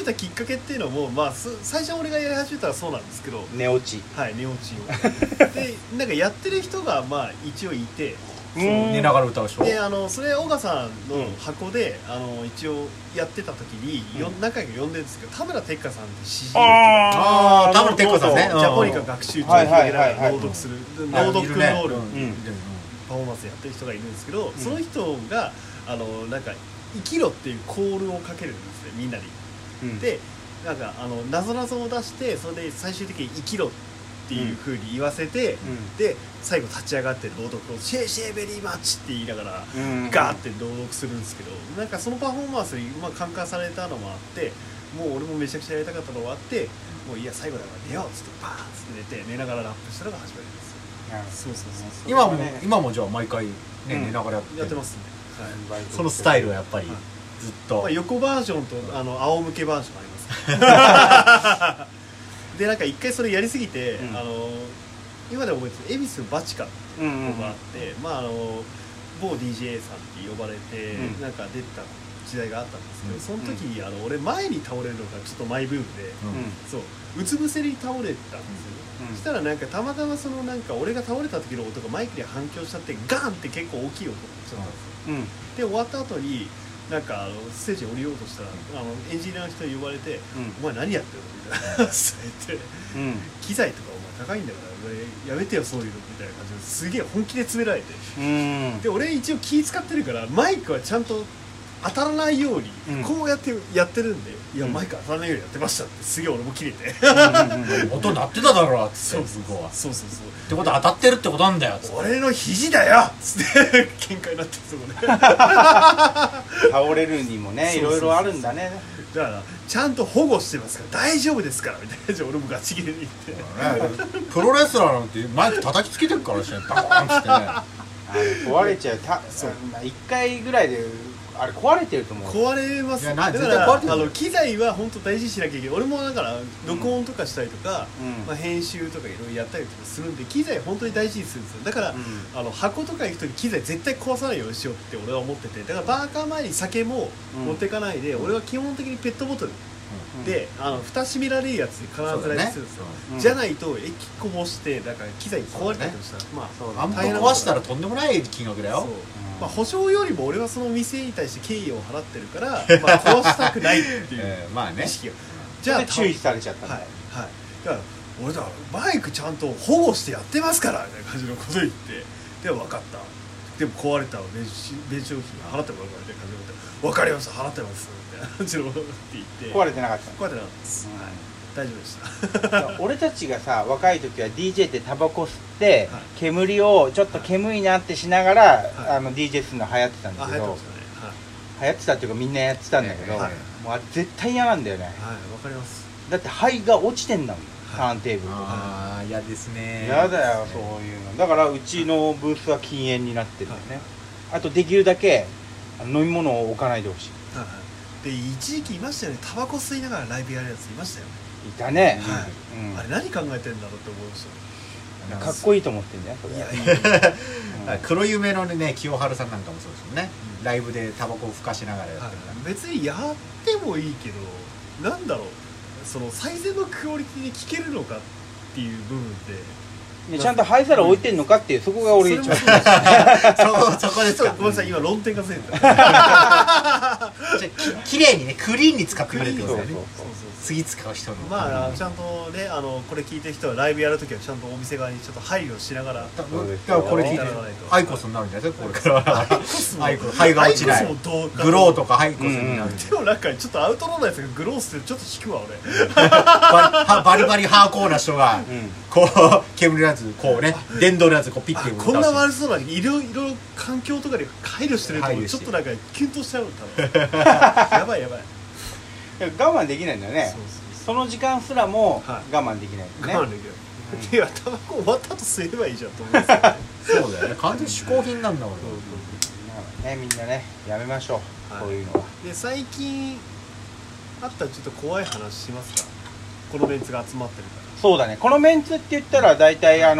たきっかけっていうのも、まあ、最初俺がやり始めたらそうなんですけど、 寝落ち。 はい、寝落ちをでなんかやってる人がまあ一応いて、 寝ながら歌うでしょ。 でそれ小川さんの箱で、一応やってた時に、何回か呼んでるんですけど、田村哲香さんって詩人ああ、田村哲子さんね。 ジャポニカ学習帳を広げながら朗読する朗読ロールパフォーマンスやってる人がいるんですけど、その人がなんか生きろっていうコールをかけるんですね、みんなに。でなんかなぞなぞを出して、それで最終的に生きろっていう風に言わせて、で最後立ち上がって朗読をシェイシェイベリーマッチって言いながらガーって朗読するんですけど、なんかそのパフォーマンスに感化されたのもあって、もう俺もめちゃくちゃやりたかったのがあって、もういや最後だから寝ようっつってバーンっつって寝て、寝ながらラップしたのが始まりです。そうそうそう。 今もじゃあ毎回ね、寝ながらやってますね。 はい。そのスタイルはやっぱりずっと。 まあ横バージョンと仰向けバージョンあります。でなんか一回それやりすぎて、今でも覚えてる恵比寿バチカっていうのがあって、まあ某 DJ さんって呼ばれて、なんか出てた時代があったんですけど、その時に俺前に倒れるのがちょっとマイブームで、そううつ伏せに倒れたんですよ。そしたらなんかたまたまそのなんか俺が倒れた時の音がマイクで反響しちゃって、ガーンって結構大きい音がしちゃったんですよ。で終わった後になんかステージに降りようとしたらエンジニアの人に呼ばれて「お前何やってるの?」みたいな言って「機材とかお前高いんだからやめてよそういうの」みたいな感じですげえ本気で詰められて、で俺一応気使ってるからマイクはちゃんと当たらないようにこうやってるんで「いやマイク当たらないようにやってました」ってすげえ俺もキレて音鳴ってただろっつって。 そうってことは当たってるってことなんだよっつって。 俺の肘だよっつって喧嘩になってそこで倒れるにもね、いろいろあるんだね。 だからちゃんと保護してますから大丈夫ですからみたいな感じで俺もガチ切れに言ってプロレスラーなんてマイク叩きつけてるからしね、バコーンっつってね。 壊れちゃう。1回ぐらいであれ壊れてると思う。 壊れます。だから機材は本当大事にしなきゃいけない。俺もだから録音とかしたりとか、まあ、編集とかいろいろやったりとかするんで、機材本当に大事にするんですよ。だから、箱とか行くとき機材絶対壊さないようにしようって俺は思ってて、だからバーカー前に酒も持ってかないで、俺は基本的にペットボトルで蓋閉められるやつで必ず来するんですよ。じゃないと液こぼしてだから機材壊れたりとしたら、まあアンプ壊したらとんでもない金額だよ。 まあ、保証よりも俺はその店に対して敬意を払ってるから、まあ、壊したくないっていう意識が、 じゃあ注意されちゃったんだ。 はい、だから俺だからバイクちゃんと保護してやってますからみたいな感じのこと言って、で分かった、でも壊れたら弁償費払ってもらうからみたいな感じで分かりました払ってますみたいな感じのことって言って壊れてなかった。 壊れてなかったです、大丈夫でした俺たちがさ若い時は DJ ってタバコ吸って煙をちょっと煙いなってしながらDJ するの流行ってたんだけど、流行ってたっていうかみんなやってたんだけど、もうあれ絶対嫌なんだよね。 はい、わかります。 だって灰が落ちてんだもん、ターンテーブルとか。 ああ嫌ですね。 嫌だよそういうの。だからうちのブースは禁煙になってるんだよね。あとできるだけ飲み物を置かないでほしい。 で一時期いましたよね、タバコ吸いながらライブやるやついましたよね。 いたね。 あれ何考えてんだろうって思いましたね。 かっこいいと思ってんだよそれ。 いや黒夢のね清春さんなんかもそうですよね。ライブでタバコをふかしながらやってるから。 別にやってもいいけど、なんだろう、その最善のクオリティで聴けるのかっていう部分で、 ちゃんと灰皿置いてんのかっていう、そこが俺一番そこですか。 ごめんなさい、今論点がずれた。 きれいにねクリーンに使ってくれるってことですよね。次使う人のまあちゃんとねこれ聞いてる人はライブやるときはちゃんとお店側にちょっと配慮しながら、 だからこれ聞いてアイコスになるんじゃないですかこれからは。アイコス灰が落ちないグローとかアイコスになる。 でもなんかちょっとアウトローなやつがグローしてちょっと引くわ俺。 バリバリハーコーな人がこう煙のやつこうね電動のやつこうピッてこんな悪そうないろいろ環境とかで配慮してるとちょっとなんかキュンとしちゃうの多分。やばいやばい。 我慢できないんだよね。その時間すらも我慢できないよね。 我慢できない。いやタバコ終わった後吸えばいいじゃんと思うんですよね。 そうだよね。完全に嗜好品なんだもん。 ねみんなねやめましょうこういうのは。 で最近あったちょっと怖い話しますか。このメンツが集まってるから。 そうだね。このメンツって言ったら大体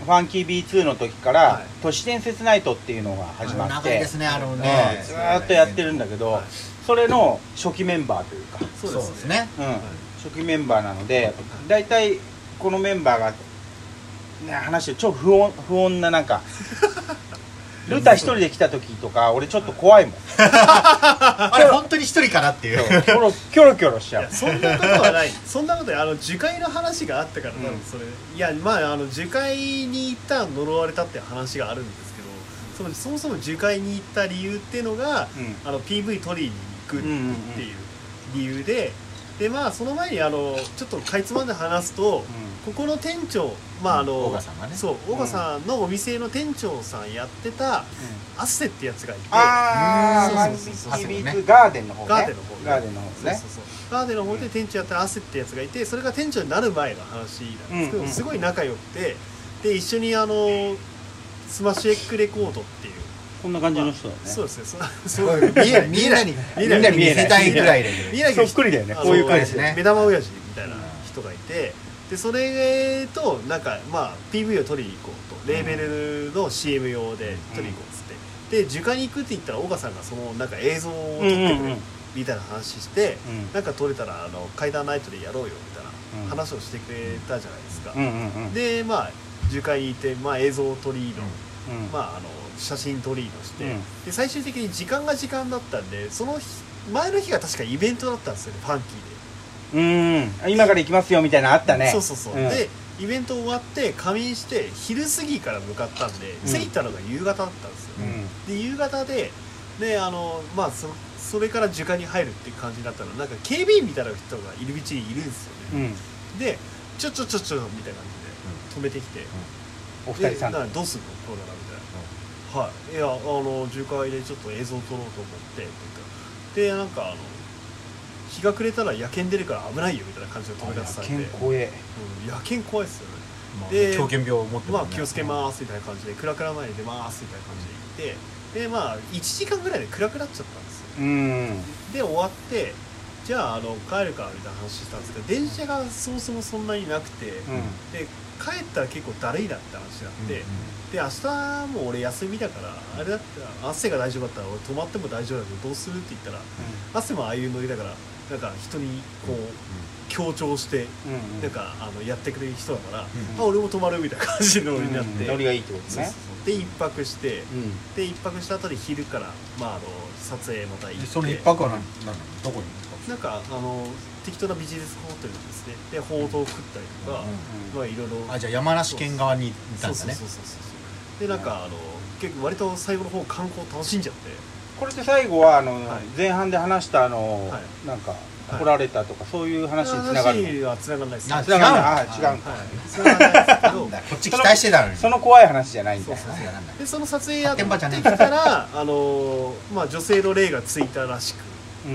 ファンキー B2 の時から、 はい都市伝説ナイトっていうのが始まって、 長いですね、ね。 ずーっとやってるんだけど、 はいそれの初期メンバーというか、 そうですね。 初期メンバーなので、だいたいこのメンバーが、ね、話して超不穏ななんかルタ一人で来た時とか俺ちょっと怖いもんあれ本当に一人かなっていう。 キョロキョロしちゃう。 そんなことはないそんなことない樹海の話があったから多分それ、いやまあ樹海に行ったら呪われたっていう話があるんですけど、そもそも樹海に行った理由っていうのが、PV 取りに行くっていう理由で、でまあその前にちょっとかいつまんで話すと、ここの店長オガさんがね、 そうオガさんのお店の店長さんやってたアッセってやつがいて、 ああ、 そうガーデンの方ね。 ガーデンの方ね。 ガーデンの方ね。 そうガーデンの方で店長やったアセってやつがいて、それが店長になる前の話なんですけど、すごい仲良くて、で一緒にスマッシュエッグレコードっていうこんな感じの人だね。 そうですね。そう見えないみんなに見せたいぐらいで見えないそっくりだよね。こういう感じね。目玉親父みたいな人がいて、でそれとなんかまあ PV を撮りに行こうと、レーベルの CM 用で撮りに行こうっつって、で樹海に行くって言ったら岡さんがそのなんか映像を撮ってくれみたいな話して、なんか撮れたら階段ナイトでやろうよみたいな話をしてくれたじゃないですか。でまあ樹海にいて、まあ、映像撮りの、まあ写真撮りのして、で最終的に時間が時間だったんで、その前の日が確かイベントだったんですよね、ファンキーで。 今から行きますよみたいなのあったね。 そう、でイベント終わって仮眠して昼過ぎから向かったんで、着いたのが夕方だったんですよ、で夕方でまあそれから樹海に入るっていう感じになったら、なんか警備員みたいな人が入り口にいるんですよね、でちょみたいな感じで止めてきて、 お二人さんどうすんのこうだなみたいな、はい、いや樹海でちょっと映像撮ろうと思ってでなんか日が暮れたら野犬出るから危ないよみたいな感じで止め方されて、 野犬怖え、 野犬怖いっすよね、 で狂犬病を持ってまあ気をつけますみたいな感じで、クラクラ前に出ますみたいな感じで行って、でまあ1時間ぐらいで暗くなっちゃったんですよ、で終わってじゃあ帰るかみたいな話したんですけど、電車がそもそもそんなになくて、で帰ったら結構だるいなって話になって、で明日も俺休みだからあれだったら汗が大丈夫だったら俺泊まっても大丈夫だけどどうするって言ったら、汗もああいうノリだからなんか人にこう強調してなんかやってくれる人だから、俺も泊まるみたいな感じのノリになって、 ノリがいいってことね。 で一泊して、で一泊した後に昼からまあ撮影また行って、 その一泊は何どこになんか適当なビジネスホテルですね。で報道を食ったりとか、まあいろいろ。 じゃあ山梨県側に行ったんだね。 そうでなんか結構割と最後の方観光楽しんじゃって。 これって最後は前半で話したなんか来られたとかそういう話につながるの？ 話はつながらないです。 違うんだ。つながらないですけど、 こっち期待してたのに。 その怖い話じゃないんだ。 でその撮影やってたらまあ女性の霊がついたらしく、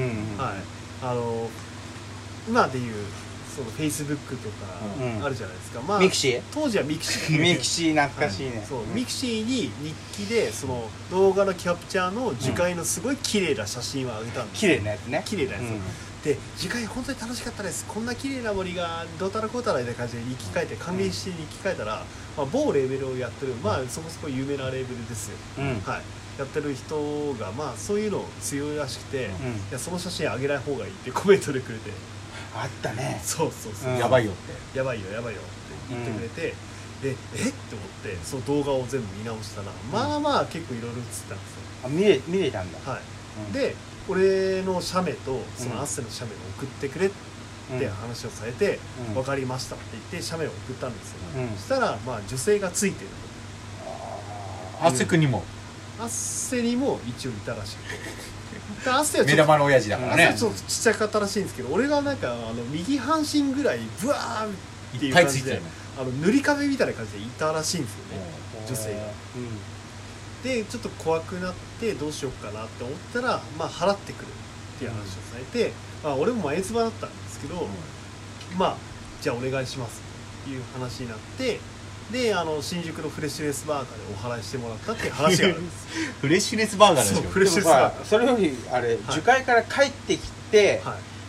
今でいうそのフェイスブックとかあるじゃないですか。まあミクシー？ 当時はミクシー。 ミクシー懐かしいね。 そうミクシーに日記でその動画のキャプチャーの樹海のすごい綺麗な写真を上げたんです。 綺麗なやつね。 綺麗なやつ。で樹海本当に楽しかったです。こんな綺麗な森がどうたらこうたらみたいな感じで日記書いて還元して日記書いたら、まあ某レーベルをやってるまあそこそこ有名なレーベルですよ。はい。やってる人がまあそういうの強いらしくて、いやその写真上げない方がいいってコメントでくれて。 あったね。 そうやばいよってやばいよって言ってくれて、でって思ってその動画を全部見直したら、まあまあ結構いろいろ映ってたんですよ。 見れたんだ。 はい、で俺の写メとそのアッセの写メを送ってくれって話をされて、分かりましたって言って写メを送ったんですよ、そしたらまあ女性がついてるアッセ君にもアッセにも一応いたらしくてアッセは目玉の親父だからね。 アッセはちょっとちっちゃかったらしいんですけど、俺がなんか右半身ぐらいブワーっていう感じで塗り壁みたいな感じでいたらしいんですよね、女性が。でちょっと怖くなってどうしようかなって思ったら、まあ払ってくるっていう話をされて、まあ俺も前つばだったんですけど、まあじゃあお願いしますっていう話になって、で新宿のフレッシュネスバーガーでお払いしてもらったっていう話があるんですフレッシュネスバーガーですよ。 フレッシュネスバーガー。 それより樹海から帰ってきて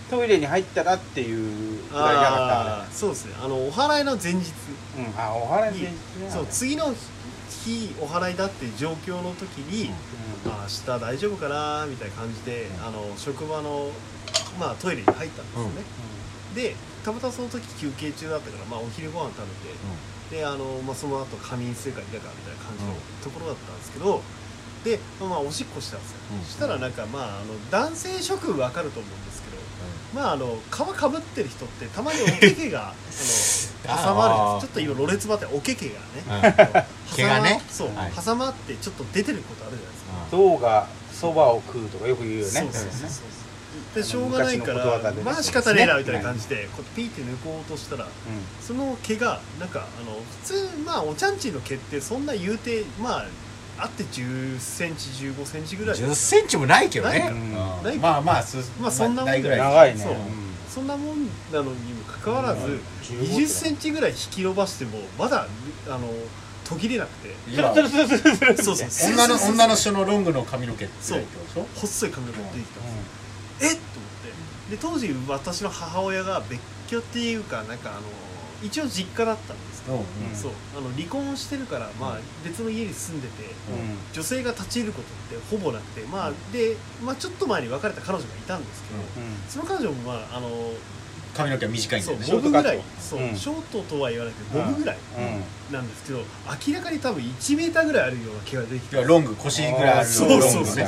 トイレに入ったらっていうぐらいなかったそうですね、お祓いの前日お祓いの前日ね。 そう次の日お祓いだっていう状況の時に、明日大丈夫かなみたいな感じで、職場の、トイレに入ったんですよね、でたまたまその時休憩中だったから、お昼ご飯食べて、でその後仮眠するか否かみたいな感じのところだったんですけど、で、おしっこしたんですよ、そしたらなんか男性諸君分かると思うんですけど、皮かぶってる人ってたまにおけけが挟まるんです。ちょっと今ろれつばっておけけがね、 毛がね、 そう、挟まってちょっと出てることあるじゃないですか。 象がそばを食うとかよく言うよね。 そうでしょうがないから仕方ねえなみたいな感じでこうピーって抜こうとしたら、その毛がなんか普通おちゃんちの毛ってそんな言うてあって10センチ15センチぐらい 10センチもないけどね。 そんなもんぐらい長いね。 そんなもんなのにもかかわらず20センチぐらい引き伸ばしてもまだ途切れなくて、 そう女の人のロングの髪の毛ってそう細い髪の毛が出てきたんですよ。と思って、で当時私の母親が別居っていうかなんか一応実家だったんですけど、そう離婚してるから別の家に住んでて、女性が立ち入ることってほぼなくて、でちょっと前に別れた彼女がいたんですけど、その彼女も髪の毛は短いんだよね。 ボブぐらい、ショートとは言わないけどボブぐらいなんですけど、明らかに多分1メーターぐらいあるような毛が出てきて、 ロング腰ぐらいあるロングね。うわーと思って、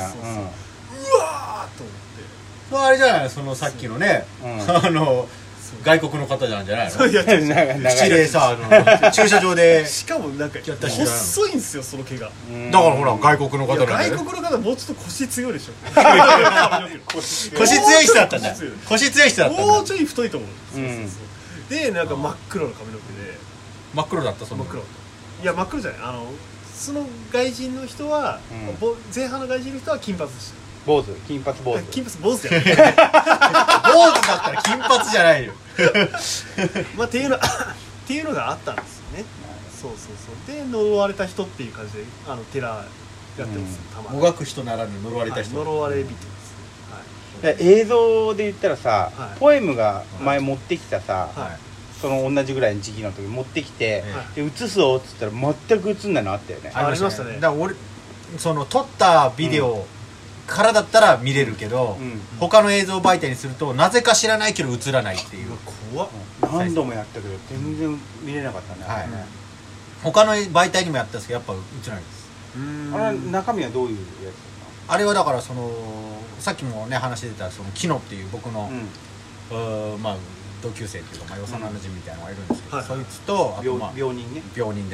あれじゃない、そのさっきのね、外国の方なんじゃないの？口でさ、駐車場でしかもなんか細いんですよ、その毛が。だからほら外国の方なんだよ。 外国の方もうちょっと腰強いでしょ。 腰強い人だったんだ。腰強い人だったんだ。 もうちょい太いと思う。でなんか真っ黒な髪の毛で。 真っ黒だった。その真っ黒。いや真っ黒じゃない。その外人の人は前半の外人の人は金髪でした。 坊主、金髪坊主。 金髪坊主じゃない。 坊主だったら金髪じゃないよ。 っていうのがあったんですよね。そうで呪われた人っていう感じで寺やってます。たまにもがく人ならぬ呪われた人。 呪われ人ですね。 映像で言ったらさ、ポエムが前持ってきたさ、その同じぐらいの時期の時持ってきて、で映すぞっつったら全く映んないのあったよね。 ありましたね。 だから俺その撮ったビデオからだったら見れるけど、他の映像媒体にするとなぜか知らないけど映らないっていう。 怖っ。 何度もやったけど全然見れなかったね。 他の媒体にもやったんですけどやっぱ映らないです。 あれ中身はどういうやつだった？あれはだからそのさっきもね話出たそのキノっていう僕の同級生っていうか幼馴染みたいなのがいるんですけど、そいつとあと病人ね。 病人です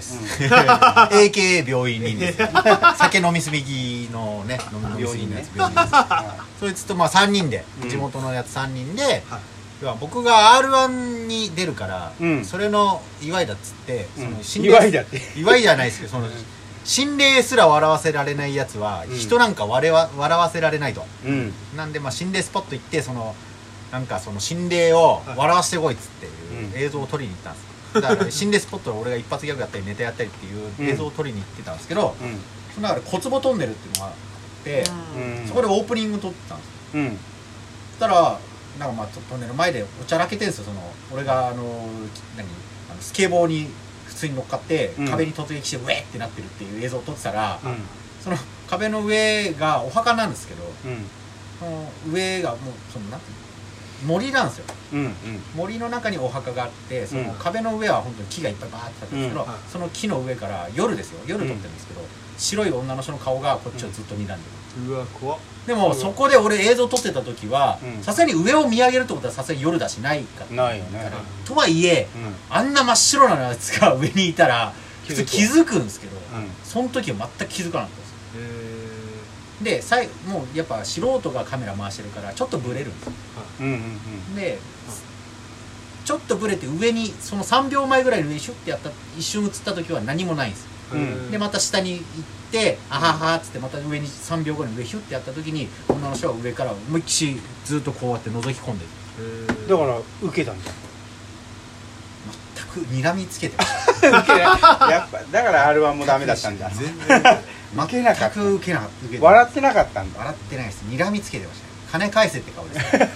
。AKA 病院人です。酒飲みすぎのね飲みすぎのやつ病人です。そいつと3人で地元のやつ3人で、僕が R1 に出るからそれの祝いだっつって祝いだって祝いじゃないですけどその心霊すら笑わせられないやつは人なんか笑わせられないと。なんで心霊スポット行ってなんかその心霊を笑わせてこいっつっていう映像を撮りに行ったんです。だから心霊スポットで俺が一発ギャグやったりネタやったりっていう映像を撮りに行ってたんですけど、その中で小坪トンネルっていうのがあって、そこでオープニング撮ってたんですよ。そしたらなんかトンネル前でおちゃらけてんですよ。その俺がスケボーに普通に乗っかって壁に突撃してウェーってなってるっていう映像を撮ってたら、その壁の上がお墓なんですけど、その上がもうそのなんていうの森なんですよ。森の中にお墓があって、その壁の上は本当に木がいっぱいバーって立ってるんですけど、その木の上から夜ですよ、夜撮ってるんですけど、白い女の人の顔がこっちをずっと睨んでる。 うわ怖っ。 でもそこで俺映像撮ってた時はさすがに上を見上げるってことはさすがに夜だしないかないよね。 とはいえあんな真っ白なやつが上にいたら普通気づくんですけど、その時は全く気づかなかったです。でもうやっぱ素人がカメラ回してるからちょっとブレるんですよ。でちょっとブレて上にその3秒前ぐらいの上にシュッてやった一瞬映った時は何もないんですよ。でまた下に行ってあははっつってまた上に3秒後に上ヒュッてやった時に女の人は上から思いっきしずっとこうやって覗き込んでる。 だから受けたんじゃん。 全く睨みつけてました。 やっぱだから R1 もダメだったんだ。 全然負けなかった。 受けなかった。 笑ってなかったんだ。 笑ってないです。睨みつけてましたね。金返せって顔です。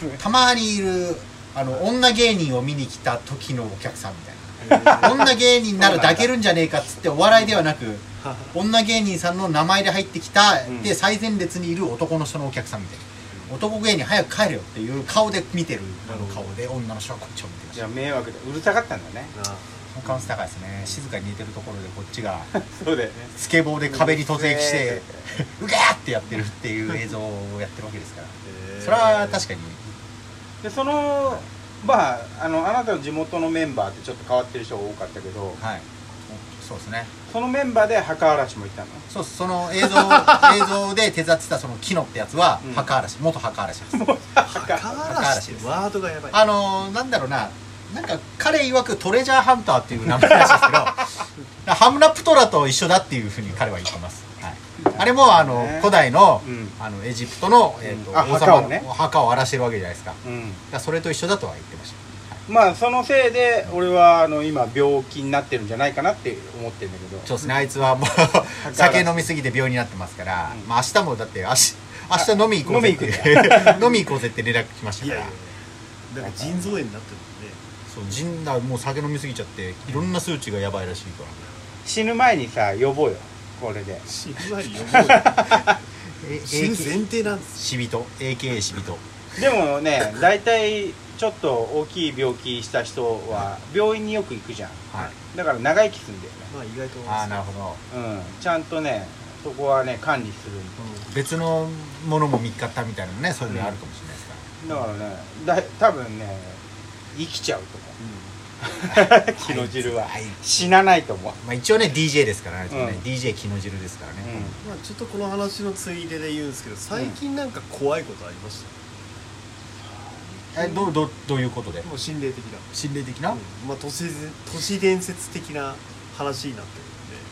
たまにいる女芸人を見に来た時のお客さんみたいな女芸人なら抱けるんじゃねえかっつってお笑いではなく女芸人さんの名前で入ってきた、で最前列にいる男の人のお客さんみたいな、男芸人早く帰れよっていう顔で見てる顔で女の人はこっちを見てましじゃあ迷惑でうるさかったんだね。 た。カウンス高いですね。静かに寝てるところでこっちがそうだよね。 スケボーで壁に突撃してうげーってやってるっていう映像をやってるわけですから、それは確かに。 でそのまああなたの地元のメンバーってちょっと変わってる人が多かったけど、 はい、そうですね。 そのメンバーで墓嵐もいたの？ そう、その映像で手伝ってたそのキノってやつは墓嵐、元墓嵐です。 墓嵐ってワードがやばい。 なんだろうな、なんか彼曰くトレジャーハンターっていう名前らしいですけどハムナプトラと一緒だっていうふうに彼は言ってます、はい、あれも古代の、エジプトの、王様の墓を荒らしてるわけじゃないですか、だからそれと一緒だとは言ってました、 まあそのせいで俺は今病気になってるんじゃないかなって思ってるんだけど。 そうですね、あいつはもう酒飲みすぎて病になってますから、まあ明日もだって明日飲み行こうぜって飲み行こうぜって連絡来ましたから。 だから腎臓炎になってるんで、 そう腎だ、もう酒飲みすぎちゃっていろんな数値がやばいらしいから、 死ぬ前にさ呼ぼうよこれで。 死ぬ前に呼ぼうよ死ぬ前提なんです。 死人 AKA 死人でもね大体ちょっと大きい病気した人は病院によく行くじゃん、 はい、 だから長生きするんだよね。 まあ意外となるほど、 ちゃんとねそこはね管理する、 別のものも見っかったみたいなのね、そういうのあるかもしれないですから、 だからね多分ね生きちゃうと思う、木の汁は、死なないと思う。 まあ、一応ね DJ ですからね、DJ 木の汁ですからね、 まあちょっとこの話のついでで言うんですけど、最近なんか怖いことありました？ どういうことで？ もう心霊的なまあ都市伝説的な話になってるんで。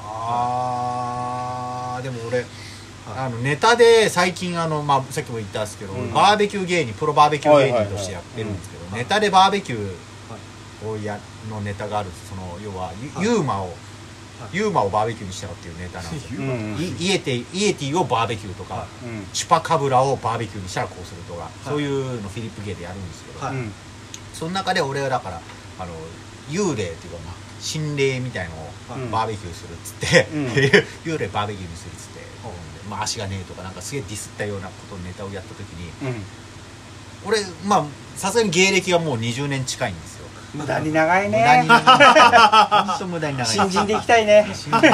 でも俺ネタで最近まあさっきも言ったんですけど、バーベキュー芸人、プロバーベキュー芸人としてやってるんですけど、ネタでバーベキューをのネタがあるんです。その要はユーマをバーベキューにしたっていうネタなんですよ。イエティをバーベキューとか、チュパカブラをバーベキューにしたらこうするとか、そういうのフィリップ芸でやるんですけど、その中で俺はだから幽霊っていうか、まあ心霊みたいのをバーベキューするっつって、幽霊バーベキューにするっつって、まあ足がねえとかなんかすげえディスったようなことのネタをやった時に、俺まあさすがに芸歴がもう20年近いんですよ。 無駄に長いね。 本当無駄に長い。 新人でいきたいね。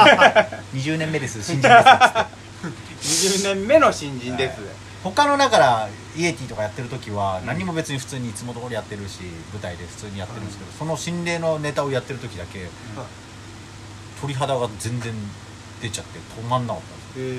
20年目です新人ですっつって 20年目の新人です。 他のだからイエティとかやってる時は何も別に普通にいつも通りやってるし、舞台で普通にやってるんですけど、その心霊のネタをやってる時だけ鳥肌が全然出ちゃって止まんなかったんです。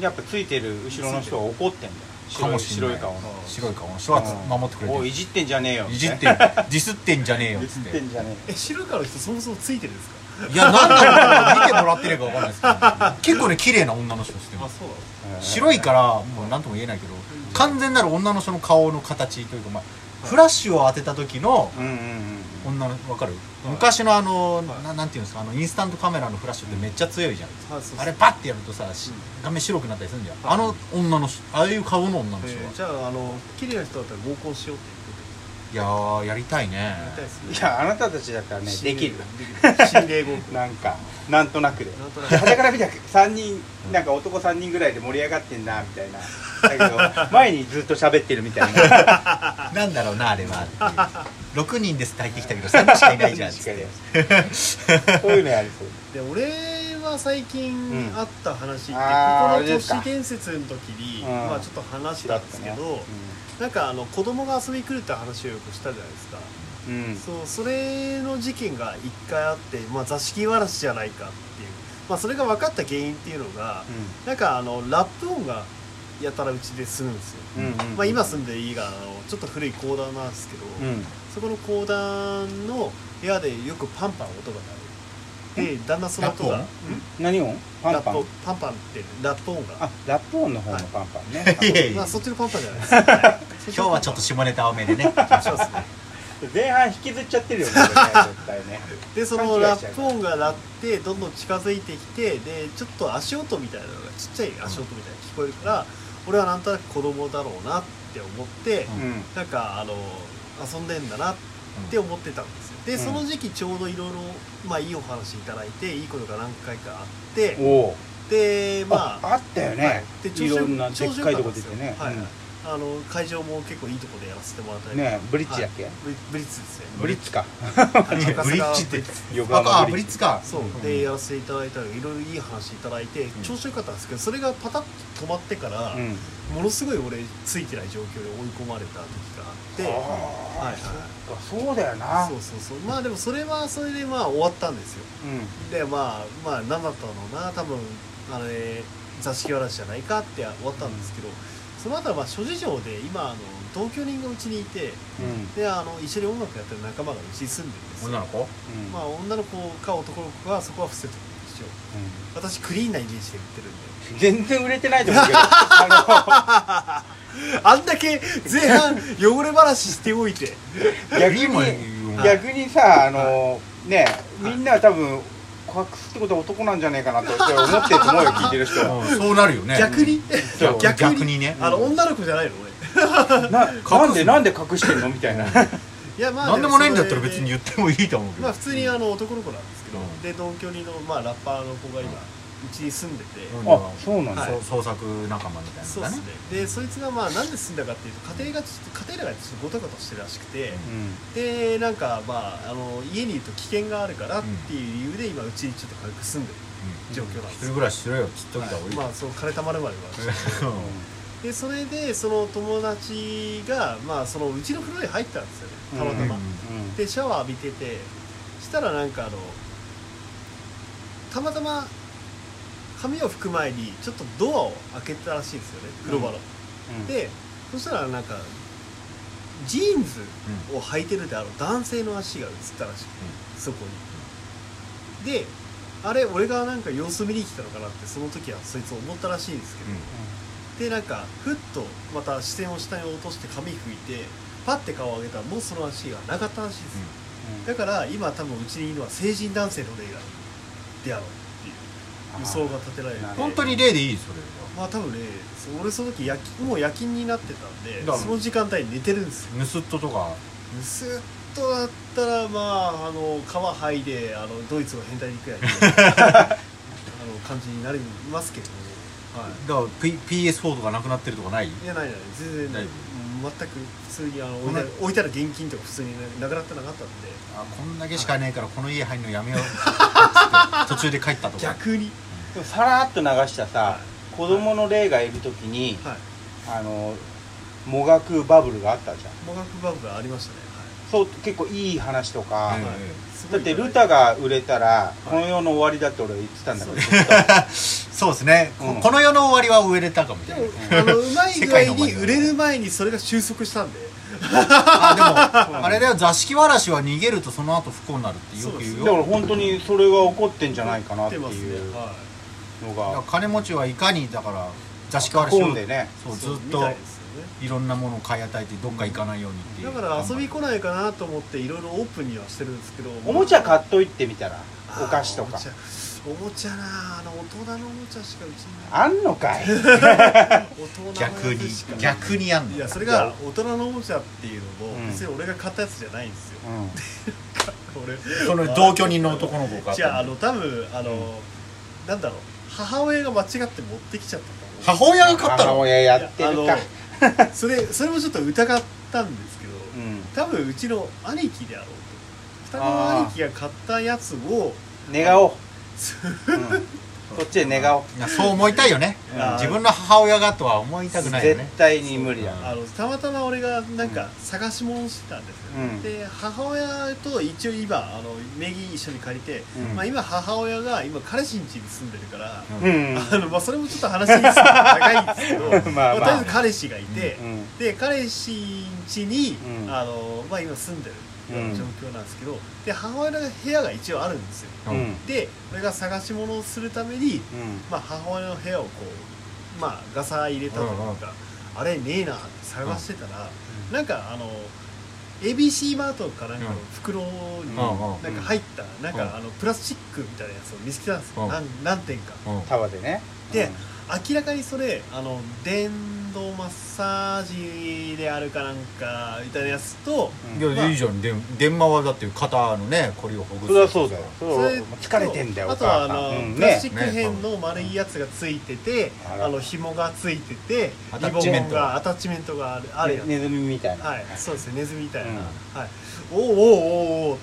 やっぱついてる後ろの人は怒ってんだよ。白い顔の人は守ってくれてる。 おいいじってんじゃねえよ。 ディスってんじゃねえよっつって。 白い顔の人そもそもついてるんですか？ いや、なんだろう、見てもらってるかわかんないですけど、結構ね綺麗な女の人してます。白いからもう何とも言えないけど、完全なる女の人の顔の形というか、まあフラッシュを当てた時の女の、分かる？昔のなんていうんですか、インスタントカメラのフラッシュってめっちゃ強いじゃん。あれバッてやるとさ、画面白くなったりするんじゃん。女の人、ああいう顔の女の人は。 じゃあ綺麗な人だったら合コンしようって言って。 いやー、やりたいね。 いや、あなたたちだったらねできる。 心霊合コンなんとなくで。傍から見たら3人なんか男3人ぐらいで盛り上がってんなみたいな。だけど前にずっと喋ってるみたいな。 なんだろうなあれは。6人ですって入ってきたけど3人しかいないじゃん。そういうのやりそう。 で俺は最近あった話って、ここの都市伝説の時にまあちょっと話したんですけど、なんか子供が遊びに来るって話をよくしたじゃないですか。それの事件が1回あって、まあ、座敷わらしじゃないかっていう、まあ、それが分かった原因っていうのが、なんかラップ音がやたらうちでするんですよ。まあ、今住んでる家がちょっと古い公団なんですけど、そこの公団の部屋でよくパンパン音が鳴る。でだんだんその音が何音？パンパンってラップ音が、 ラップ音の方のパンパンね。 まあそっちのパンパンじゃないですか。 今日はちょっと下ネタ多めでね。 そうですね。 前半引きずっちゃってるよね、絶対ね。 でそのラップ音が鳴ってどんどん近づいてきて、でちょっと足音みたいなのがちっちゃい足音みたいなのが聞こえるから、俺はなんとなく子供だろうなってって思って、なんか遊んでんだなって思ってたんですよ。でその時期ちょうどいろいろまあいいお話いただいていいことが何回かあって、でまああったよね、 でいろんなでっかいとこ出てね、 会場も結構いいとこでやらせてもらったりね、ブリッジだっけ、 ブリッツですね、 ブリッツかブリッジって横浜ブリッツか、 そうでやらせていただいたりいろいろいい話いただいて調子良かったんですけど、それがパタッと止まってからものすごい俺ついてない状況で追い込まれた時があって、 そうだよな、 そうまあでもそれはそれでまあ終わったんですよ。でまあ何だったのな、多分座敷わらしじゃないかって終わったんですけど、その後はまあ諸事情で今同居人がうちにいて、で一緒に音楽やってる仲間がうちに住んでるんですよ。 女の子、 まあ女の子か男の子かそこは伏せてるんですよ。私クリーンなイメージで売ってるんで全然売れてないと思うけどあんだけ前半汚れ話しておいて逆にさね、みんなは多分隠すってことは男なんじゃねえかなと思ってると思うよ、聞いてる人は。 そうなるよね。 逆にね、 女の子じゃないの俺なんで隠してんのみたいな。いやまあなんでもないんだったら別に言ってもいいと思うけど、 まあ普通に男の子なんですけど、で同居人のまあラッパーの子が今うちに住んでて、 あ、そうなんだ。 創作仲間みたいな。 そうですね。でそいつがまあなんで住んだかっていうと、家庭がちょっとゴタゴタしてるらしくて、でなんかまあ家にいると危険があるからっていう理由で今うちにちょっと軽く住んでる状況なんです。 一人暮らししろよ、ちっときた方がいい。 まあそう金たまるまでは。でそれでその友達がまあそのうちの風呂に入ったんですよね、たまたま。でシャワー浴びてて、したらなんかたまたま髪を拭く前にちょっとドアを開けたらしいんですよね、風呂場の。でそしたらなんかジーンズを履いてるであろう男性の足が映ったらしくて、そこに。であれ俺がなんか様子見に来たのかなってその時はそいつ思ったらしいんですけど、でなんかふっとまた視線を下に落として髪拭いてパッて顔を上げたらもうその足がなかったらしいですよ。だから今多分うちにいるのは成人男性の霊がであろうっていう予想が立てられる。 本当に霊でいいそれ。 まあ多分ね、俺その時もう夜勤になってたんで、その時間帯に寝てるんですよ。 ヌスットとかヌスットだったらまあ皮剥いでドイツの変態肉屋に感じになりますけども、 だから PS4 とかなくなってるとかない？ いやない全然ない、全く普通に置いたら現金とか普通になくなってなかったんで、 こんだけしかねえからこの家入るのやめようって途中で帰ったとか。 逆にさらっと流したさ、子供の霊がいるときにもがくバブルがあったじゃん。 もがくバブルありましたね。 そう結構いい話とか、だってルタが売れたらこの世の終わりだって俺言ってたんだけどそうですね、この世の終わりは売れたかもしれない。 うまい具合に売れる前にそれが収束したんで。 でもあれだよ、座敷わらしは逃げるとその後不幸になるってよく言うよ。 だから本当にそれが起こってんじゃないかなっていうのが、 金持ちはいかにだから座敷わらしをでね、 ずっといろんなものを買い与えてどっか行かないようにっていう。 だから遊び来ないかなと思っていろいろオープンにはしてるんですけど、 おもちゃ買っといてみたら、お菓子とか。 おもちゃな、大人のおもちゃしかうちにあんのかい。 逆にあんの。 いやそれが大人のおもちゃっていうのも別に俺が買ったやつじゃないんですよ。 その同居人の男の子が。 じゃあ多分なんだろう、母親が間違って持ってきちゃったと思う。母親が買ったの？ 母親やってるか。 それもちょっと疑ったんですけど、多分うちの兄貴であろうと、双子の兄貴が買ったやつを願おう。こっちで願おう。 そう思いたいよね。自分の母親がとは思いたくないよね。 絶対に無理だ。 たまたま俺がなんか探し物をしてたんですよ。で母親と一応今名義一緒に借りて、まあ今母親が今彼氏ん家に住んでるから、まあそれもちょっと話に長いんですけど、とりあえず彼氏がいて、で彼氏ん家にまあ今住んでる状況なんですけど、で母親の部屋が一応あるんですよ。で俺が探し物をするために、まあ母親の部屋をこうまあガサ入れたというか、あれねえなって探してたら、なんかABC マートかなんかの袋になんか入ったなんかプラスチックみたいなやつを見つけたんですよ。何点か束でね。 で明らかにそれ電電動マッサージであるかなんかみたいなやつと、 いやいいじゃん。電話はだって肩のねこりをほぐす。 そりゃそうだよ。そそれれ疲れてんだよ。 あとはお母さんプラスチック片の丸いやつがついてて、紐がついてて、 アタッチメントアタッチメントがあるやつ。 ネズミみたいな。 はい、そうですね、ネズミみたいな。 うんはい。おおおおおおおお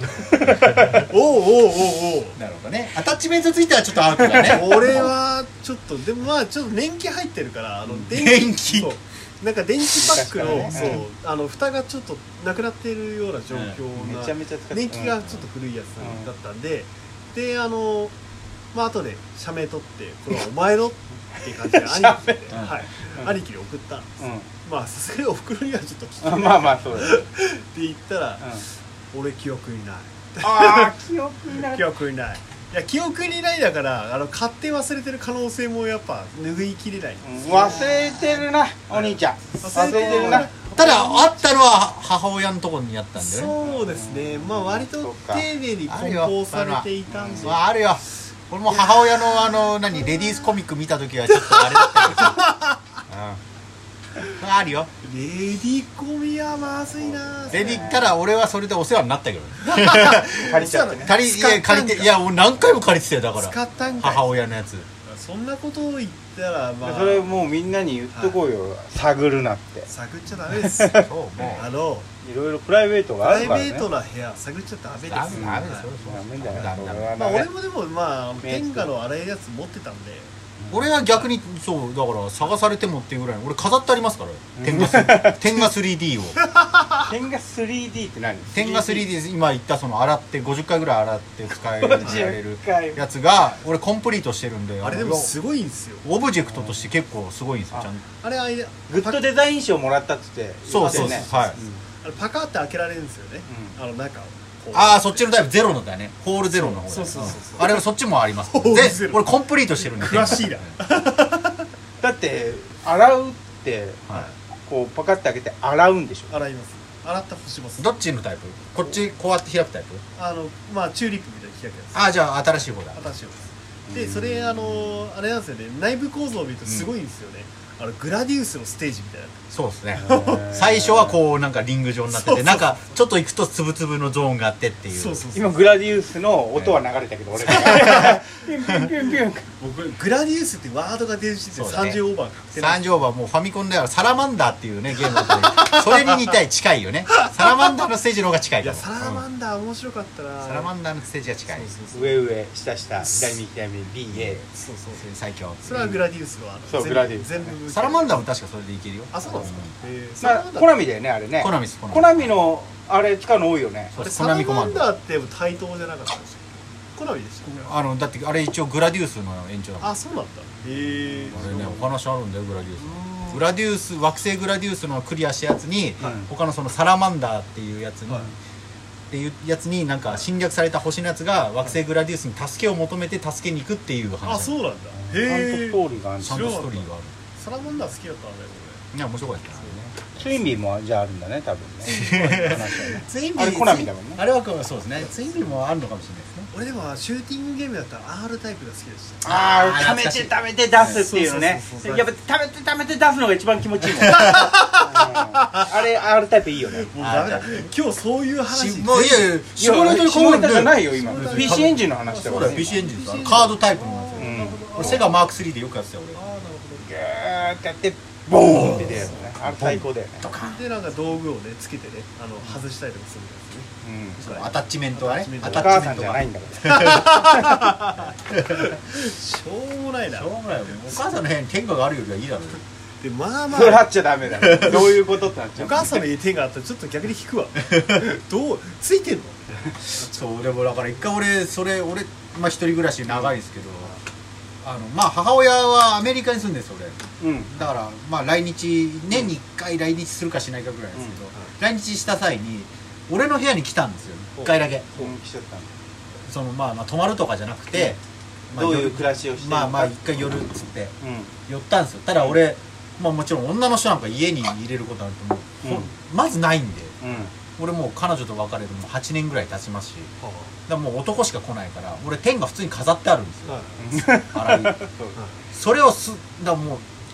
おなるほどね。アタッチメントついたらちょっとアウトだね。 俺はちょっとでもまあちょっと年季入ってるから電気そうなんか電気パックの、 昔からねそう蓋がちょっとなくなっているような状況な、 めちゃめちゃ使って年季がちょっと古いやつだったんで、でまあ後で写メ撮ってこれはお前のっていう感じで兄貴に、はい兄貴に送ったんです、まあさすがにおふくろにはちょっと聞けないまあまあそうだよ。 って言ったら、俺記憶にないああ記憶にない。 記憶にない。いや記憶にないだから買って忘れてる可能性もやっぱ拭いきれない、 忘れてるなお兄ちゃん。忘れてるな。 ただあったのは母親のところにあったんだよね。 そうですね、まあ割と丁寧に梱包されていたんで、 まああるよ。俺も母親のレディースコミック見た時はちょっとあれだったけど。あるよ。 レディコミはまずいな。 レディただ俺はそれでお世話になったけどね。 借りちゃってね。 借りていやもう何回も借りてたよだから。 使ったんかい。 母親のやつ。 そんなことを言ったらまあそれもうみんなに言っとこうよ。探るなって。 探っちゃダメです。 そうもういろいろプライベートがあるからね。 プライベートな部屋探っちゃダメです。 ダメダメだよ。 ダメそれはまあダメ俺もでもまあ天下の荒いやつ持ってたんで。 俺は逆にそうだから探されてもっていうぐらい俺飾ってありますから天下 3D を天下 3D って何？ 天下 3D 今言ったその洗って50回ぐらい洗って使えるやつが俺コンプリートしてるんであれでもすごいんですよ。 オブジェクトとして結構すごいんですよちゃんとあれグッドデザイン賞もらったっつってそうそうね。 はいパカって開けられるんですよね、中をああそっちのタイプゼロのだねホールゼロの方そうあれはそっちもありますホールゼロ俺コンプリートしてるんで詳しいなだって洗うってこうパカって開けて洗うんでしょ。 洗います。洗って干します。 どっちのタイプこっちこうやって開くタイプまあチューリップみたいに開くやつ。 ああじゃあ新しい方だ新しいやつで、それあれなんですよね、内部構造を見るとすごいんですよね、グラディウスのステージみたいな。 そうですね最初はこうなんかリング状になっててなんかちょっと行くとつぶつぶのゾーンがあってっていうそうそうそう。 今グラディウスの音は流れたけど俺がピュンピュンピュンピュン僕グラディウスってワードが出る時点で30オーバーって 30オーバーもうファミコンではサラマンダーっていうねゲームだったりそれに似たい近いよねサラマンダーのステージの方が近いいやサラマンダー面白かったな。 サラマンダーのステージが近い上上下下左右左右 BA そうそうそう。 最強それはグラディウスのそうグラディウス全部サラマンダーも確かそれでいけるよあ、そうなんですか。 まあコナミだよねあれね。 コナミですコナミのあれ使うの多いよね。 そうですサラコナミコマンドマンダーって対等じゃなかったんですよ。コナミでしたっけ。 だってあれ一応グラディウスの延長だもんあ、そうなんだ。へえ。 あれねお話あるんだよグラディウスグラディウス惑星グラディウスのクリアしたやつに他のそのサラマンダーっていうやつにっていうやつになんか侵略された星のやつが惑星グラディウスに助けを求めて助けに行くっていう話。 あ、そうなんだ。 ちゃんとへえ。 ストーリーがあるんちゃんとストーリーがあるサラマンダー好きだったんだよいや面白かったですよねツインビーもじゃああるんだね多分ね。 ツインビあれコナミだもんねあれはそうですねツインビーもあるのかもしれないですね俺。俺でもシューティングゲームだったら R タイプが好きでした。 ああ溜めて溜めて出すっていうのねそうそうそうそう。 やっぱ溜めて溜めて出すのが一番気持ちいいもん。あれ R タイプいいよね。 もうダメだ。今日そういう話。 もういやいや下ネタ下ネタじゃないよ今。 そうだ PC エンジンの話だそうだよからね。 PC エンジンですカードタイプのやつ俺セガマーク3でよくやってたよ俺ああ、なるほギューってやってボーンって出るよね。あれ最高だよね。 ど。でなんか道具をねつけてね外したりとかするやつね。 うん。 アタッチメントはねアタッチメントお母さんじゃないんだから。 しょうもないな。 しょうもないよお母さんの部屋に天下があるよりはいいだろでまあまそれああっちゃダメだよ。どういうことってなっちゃう。 お母さんの家手があったらちょっと逆に引くわ。どうついてんの？ そうでもだから一回俺まあ一人暮らし長いですけどまあ母親はアメリカに住んでるんですよ俺うん。 だからまあ来日年に1回来日するかしないかぐらいですけど、来日した際に俺の部屋に来たんですよ1回だけそう来ちゃったんだ。 そのまあ泊まるとかじゃなくて、まあどういう暮らしをしてるのか。 まあ1回寄るっつってうん。 寄ったんですよただ俺まあもちろん女の人なんか家に入れることなんてもう、まずないんで俺もう彼女と別れてもう8年ぐらい経ちますしだからもう男しか来ないから俺天が普通に飾ってあるんですよ、洗いそれをだからもう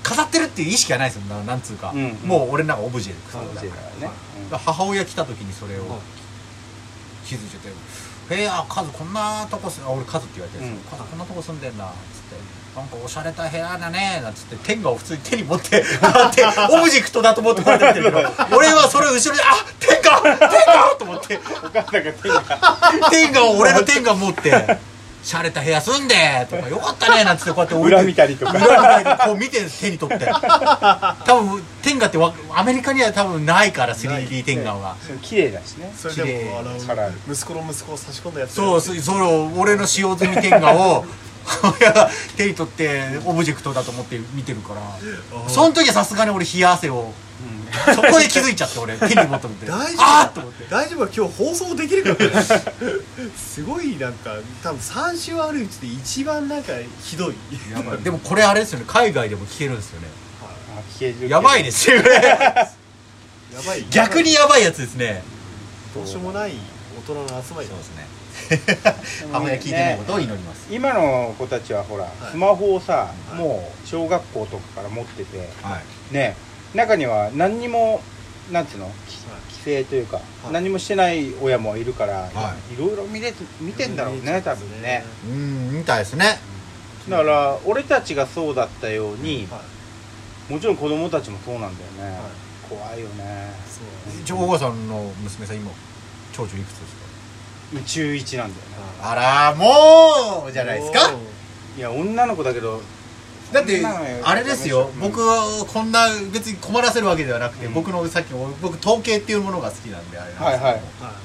飾ってるっていう意識がないですよ。なんつうか、もう俺の中オブジェでオブジェだからね。 母親来た時にそれを気づいちゃって「カズこんなとこ俺カズって言われてるんですよ。カズこんなとこ住んでんだ」っつって「なんかおしゃれた部屋だね」なんつって天下を普通に手に持ってこうやってオブジェクトだと思ってこうやって見てるけど俺はそれを後ろで「あ天下!」と思ってお母さんが天下を俺の天下持って「しゃれた部屋住んで!」とか「よかったね」なんつってこうやって置いて裏見たりとか裏見たりとかこう見て手に取って多分天下ってアメリカには多分ないから 3D 天下は綺麗だしね。 それでも息子の息子を差し込んだやつそうそれを俺の使用済み天下を親が手に取ってオブジェクトだと思って見てるからその時はさすがに俺冷や汗をそこで気づいちゃって俺手に持ってて大丈夫あーっと思って大丈夫は今日放送できるからねすごいなんか多分3週あるうちで一番なんかひどいでもこれあれですよね海外でも聞けるんですよねやばいね。 ですよねやばい逆にやばいやつですねどうしようもない大人の集まりそうですね母親聞いてないことを祈ります今の子たちはほらスマホをさもう小学校とかから持っててね、中には何にもなんつうの規制というか何もしてない親もいるからいろいろ見てんだろうね多分ね。 みたいですね。 だから俺たちがそうだったようにもちろん子供たちもそうなんだよね。怖いよね。 大川さんの娘さん今長女いくつですか？ 中1なんだよね。 あらもうじゃないですか。 いや女の子だけどだってあれですよ、僕はこんな別に困らせるわけではなくて、僕のさっきの僕統計っていうものが好きなんであれなんですけど、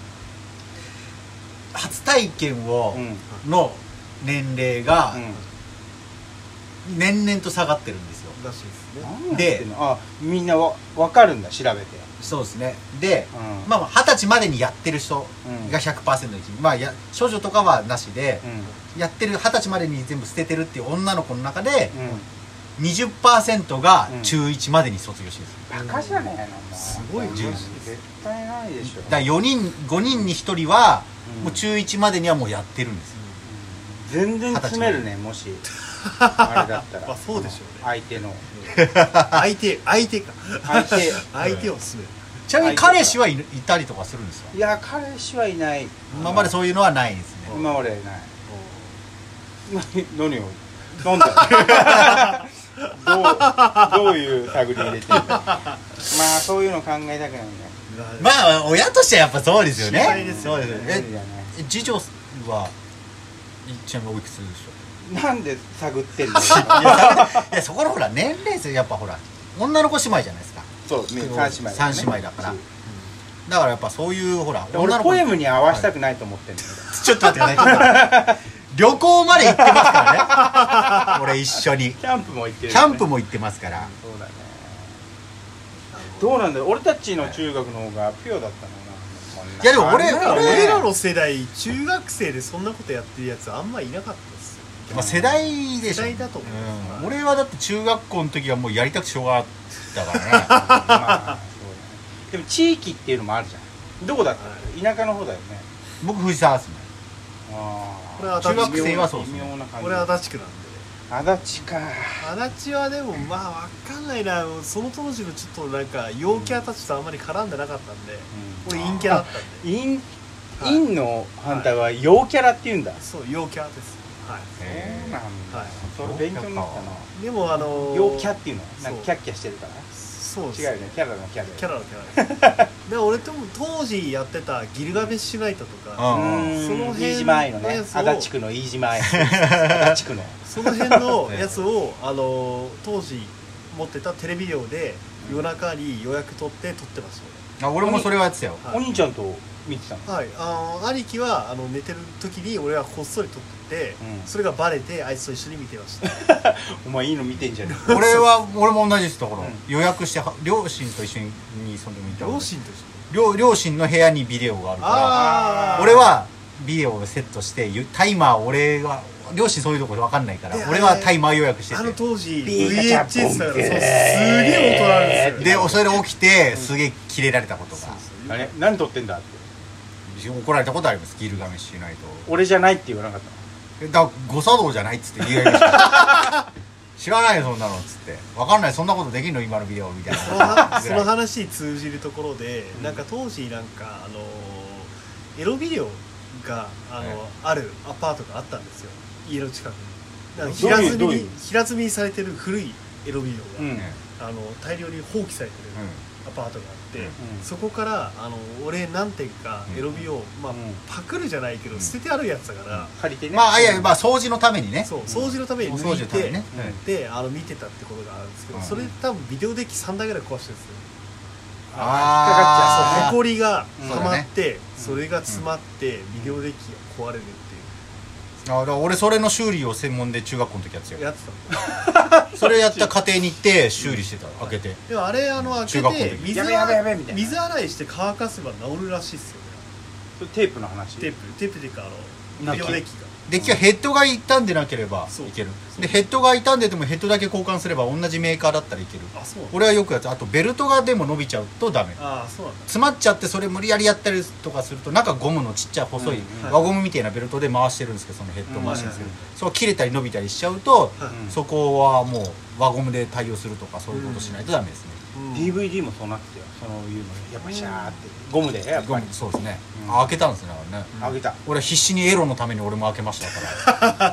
初体験をの年齢が年々と下がってるんですよ。 らしいですね。 でみんな分かるんだ調べて。 そうですね。で、まあ20歳までにやってる人が 100% のうちに、まあ少女とかはなしで、やってる20歳までに全部捨ててるっていう女の子の中で、20% が中1までに卒業してるんですよ。 バカじゃねえの。 すごい重視。 絶対ないでしょ。 だから5人に1人はもう中1までにはもうやってるんですよ。 全然詰めるね、もしあれだったら。 まあそうでしょうね。 相手の相手か相手を詰める。 ちなみに彼氏はいたりとかするんですか？ いや彼氏はいない。 今までそういうのはないですね。 今までない。何をなんだどういう探り入れてるの。まあそういうの考えたくないね。 まあ親としてはやっぱそうですよね。 そうですよね。 次女はちなみにおいくつでしょう？ なんで探ってんの？ いやそこのほら年齢ですよ。やっぱほら女の子姉妹じゃないですか。 そうね、 3姉妹だから。だからやっぱそういうほら俺ポエムに合わせたくないと思ってんだよ。 ちょっと待ってください。旅行まで行ってますからね。俺一緒にキャンプも行ってる。 キャンプも行ってますから。 そうだね。どうなんだよ。俺たちの中学の方がピュアだったのな。 いやでも俺らの世代中学生でそんなことやってるやつあんまいなかったですよ。 まあ世代でしょ。 世代だと思う。 俺はだって中学校の時はもうやりたくてしょうがなかったからね。 まあでも地域っていうのもあるじゃん。どこだった？田舎の方だよね。 僕藤沢ですね。 中学生はそうですね。 俺足立区なんで。 足立か。 足立はでもまあ分かんないな。その当時のちょっとなんか陽キャたちとあんまり絡んでなかったんで、俺陰キャだったんで。 陰の反対は陽キャラって言うんだ。 そう陽キャです。はい。 そうなんだ。それ勉強になったな。 でも陽キャっていうのなんかキャッキャしてるから。 そうです。 違うよね。キャラのキャラ。 キャラのキャラ。で俺とも当時やってたギルガメッシュナイトとか、その辺飯島愛のね。足立区の飯島愛。足立区の。 その辺のやつを当時持ってたテレビ量で夜中に予約取って撮ってましたね。 俺もそれはやってたよ。 お兄ちゃんと見てたの？ はい。兄貴は寝てる時に俺はこっそり撮ってて、それがバレてあいつと一緒に見てました。 お前いいの見てんじゃねえ。俺も同じです。だから予約して両親と一緒にその時見た。 両親と一緒に両親の部屋にビデオがあるから俺はビデオをセットしてタイマー俺は両親そういうところ分かんないから俺はタイマー予約してて当時 VHS だからすげえ音なんですよ。 でそれで起きてすげえキレられたことがあれ何撮ってんだって怒られたことあります。ギルガメッシュナイト俺じゃないって言わなかったの？ だ誤作動じゃないっつって言い合いました。 知らないよそんなのっつって分かんないそんなことできんの今のビデオみたいなその話に通じるところで、なんか当時なんかエロビデオがあるアパートがあったんですよ、家の近くに。だから平積みにされてる古いエロビデオが、大量に放棄されてるアパートがあって、そこから俺何点かエロビを、パクるじゃないけど捨ててあるやつだから借りてね、 掃除のためにね、 そう掃除のために抜いて、で見てたってことがあるんですけど、それ多分ビデオデッキ3台ぐらい壊してるんですよ。 引っかかっちゃう。 ほこりが溜まって、それが詰まってビデオデッキが壊れるっていう。 だから俺それの修理を専門で中学校の時やってたよ。 やってたそれやった家庭に行って修理してた、開けて。 でもあれ開けて水洗いして乾かせば治るらしいっすよね。 それテープの話。 テープっていうかビデオデッキがデッキはヘッドが傷んでなければいける。でヘッドが傷んでてもヘッドだけ交換すれば同じメーカーだったらいける。 あ、そう。 俺はよくやって、あとベルトがでも伸びちゃうとダメ。 あ、そうなんだ。 詰まっちゃってそれ無理やりやったりとかすると、中ゴムのちっちゃい細い輪ゴムみたいなベルトで回してるんですけど、そのヘッド回してるんですけど、そう切れたり伸びたりしちゃうと、そこはもう輪ゴムで対応するとかそういうことしないとダメですね。 DVD もそうなってよ、そういうのやっぱシャーってゴムでやっぱり。 そうですね。開けたんですね、あれね。 開けた。 俺必死にエロのために俺も開けましたから。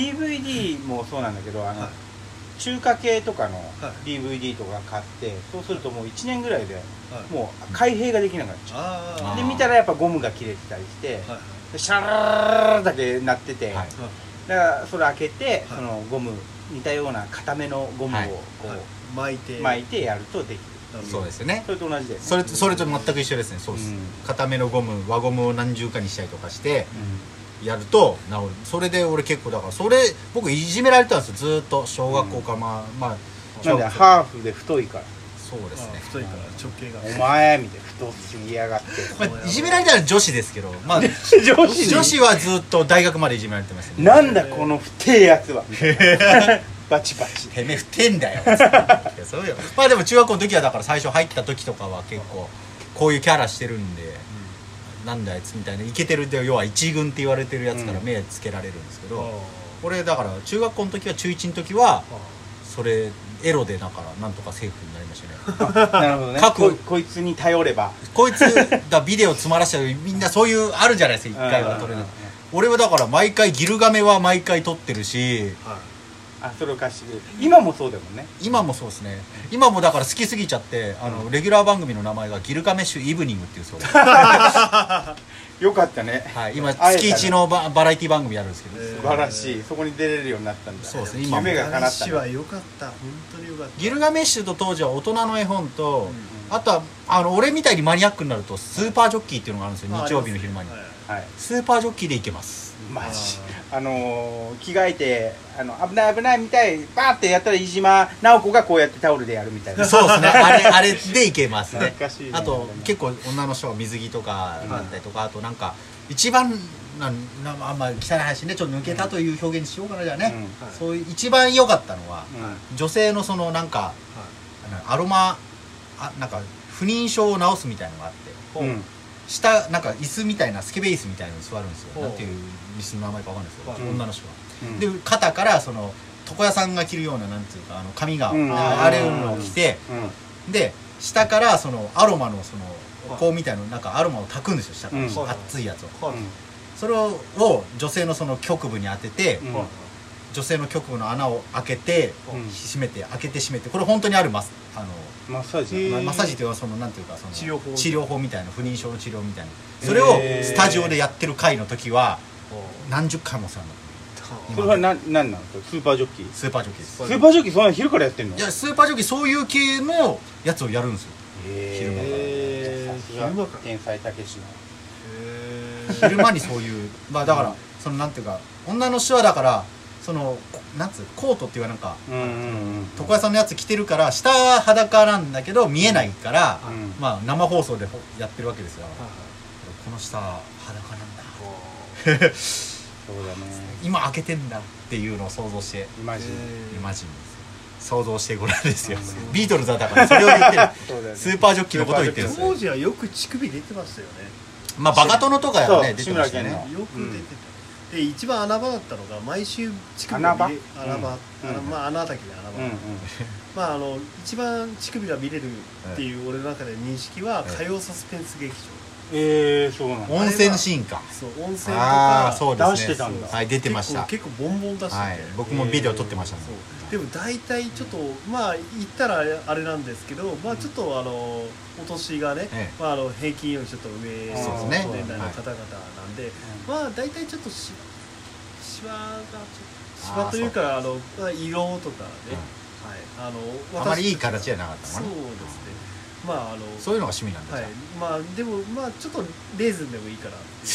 DVD もそうなんだけど、中華系とかの DVD とか買って、そうするともう1年ぐらいでもう開閉ができなくなっちゃう。で見たらやっぱゴムが切れてたりしてシャラーだけ鳴ってて、だからそれ開けてそのゴム似たような固めのゴムをこう巻いてやるとできる。 そうですよね。 それと同じで、 それと全く一緒ですね。そうです。固めのゴム、輪ゴムを何重かにしたりとかしてやると治る。それで俺結構だからそれ僕いじめられてたんですよ、ずっと小学校からなんでハーフで太いから。 そうですね。 太いから直径が。 お前みたいな太すぎやがって。 いじめられたら女子ですけど、女子はずっと大学までいじめられてましたね。 なんだこの太いやつは。バチバチ。 てめえ太んだよ。そうよ。でも中学校の時はだから最初入った時とかは結構こういうキャラしてるんで、なんだあいつみたいなイケてるって要は一軍って言われてるやつから目つけられるんですけど、俺だから中学校の時は中1の時はそれエロでだからなんとかセーフになりましたね。 なるほどね。こいつに頼れば。 こいつだビデオ詰まらしちゃう、みんなそういうあるじゃないですか、一回は撮れない。俺はだから毎回ギルガメは毎回撮ってるし。 それを貸してくれる。今もそうだもんね。 今もそうですね。今もだから好きすぎちゃってレギュラー番組の名前がギルガメッシュイブニングっていうそうです。 よかったね。 はい、今月1のバラエティ番組やるんですけど、 素晴らしい。そこに出れるようになったんだ。 そうですね。 今夢が叶った。 ギルガメッシュは良かった。本当に良かった。 ギルガメッシュと当時は大人の絵本と、あとは俺みたいにマニアックになるとスーパージョッキーっていうのがあるんですよ、日曜日の昼間に。スーパージョッキーでいけます。 マジ着替えて危ない危ないみたいバーってやったら飯島直子がこうやってタオルでやるみたいな。 そうですね。あれでいけますね。 あと結構女の人は水着とかだったりとか、あとなんか一番あんま汚い話ね、ちょっと抜けたという表現にしようかな。じゃあね、そういう一番良かったのは女性のそのなんかアロマなんか不妊症を治すみたいのがあって、下なんか椅子みたいなスケベ椅子みたいなのに座るんですよ。なんていう椅子の名前かわかんないですけど、女の人は。で肩からその床屋さんが着るようななんていうか髪があれのを着て、で下からそのアロマのそのこうみたいななんかアロマを焚くんですよ、下から熱いやつを。それを女性のその局部に当てて、女性の局部の穴を開けて閉めて開けて閉めて、これ本当にあるマッサージっていうのはそのなんていうかその治療法みたいな、不妊症の治療みたいな、それをスタジオでやってる回の時は何十回もさんだった。 それは何なの？スーパージョッキー。 スーパージョッキーです。 スーパージョッキーそんな昼からやってんの？ いや、スーパージョッキーそういう系のやつをやるんですよ。昼間から。 天才たけしの。 昼間にそういうだからそのなんていうか女の人はだからそのなんつうコートっていうかなんか床屋さんのやつ着てるから下は裸なんだけど見えないから、生放送でやってるわけですよ。この下裸なんだ。 そうだね。 今開けてんだっていうのを想像してイマジン想像してごらんですよ。ビートルズだからそれを言ってる。スーパージョッキーのことを言ってるんですよ。 当時はよく乳首出てましたよね。 バカ殿とかやね出てましたね。 よく出てた。 で一番穴場だったのが毎週乳首が見れまあ穴だけで穴場、一番乳首が見れるっていう俺の中で認識は火曜サスペンス劇場。 そうなんだ。 温泉シーンか。 そう温泉とかそうですね、 出してたんだ。 はい、出てました。 結構ボンボン出してて、 はい、僕もビデオ撮ってましたね。 でも大体ちょっとまあ言ったらあれなんですけど、まあちょっとお年がね、まあ平均よりちょっと上の年代の方々なんで、まあ大体ちょっとシワというか色とかね、 あまりいい形じゃなかったもんね。 そうですね。まあそういうのが趣味なんだ。 はい。まあでもまあちょっとレーズンでもいい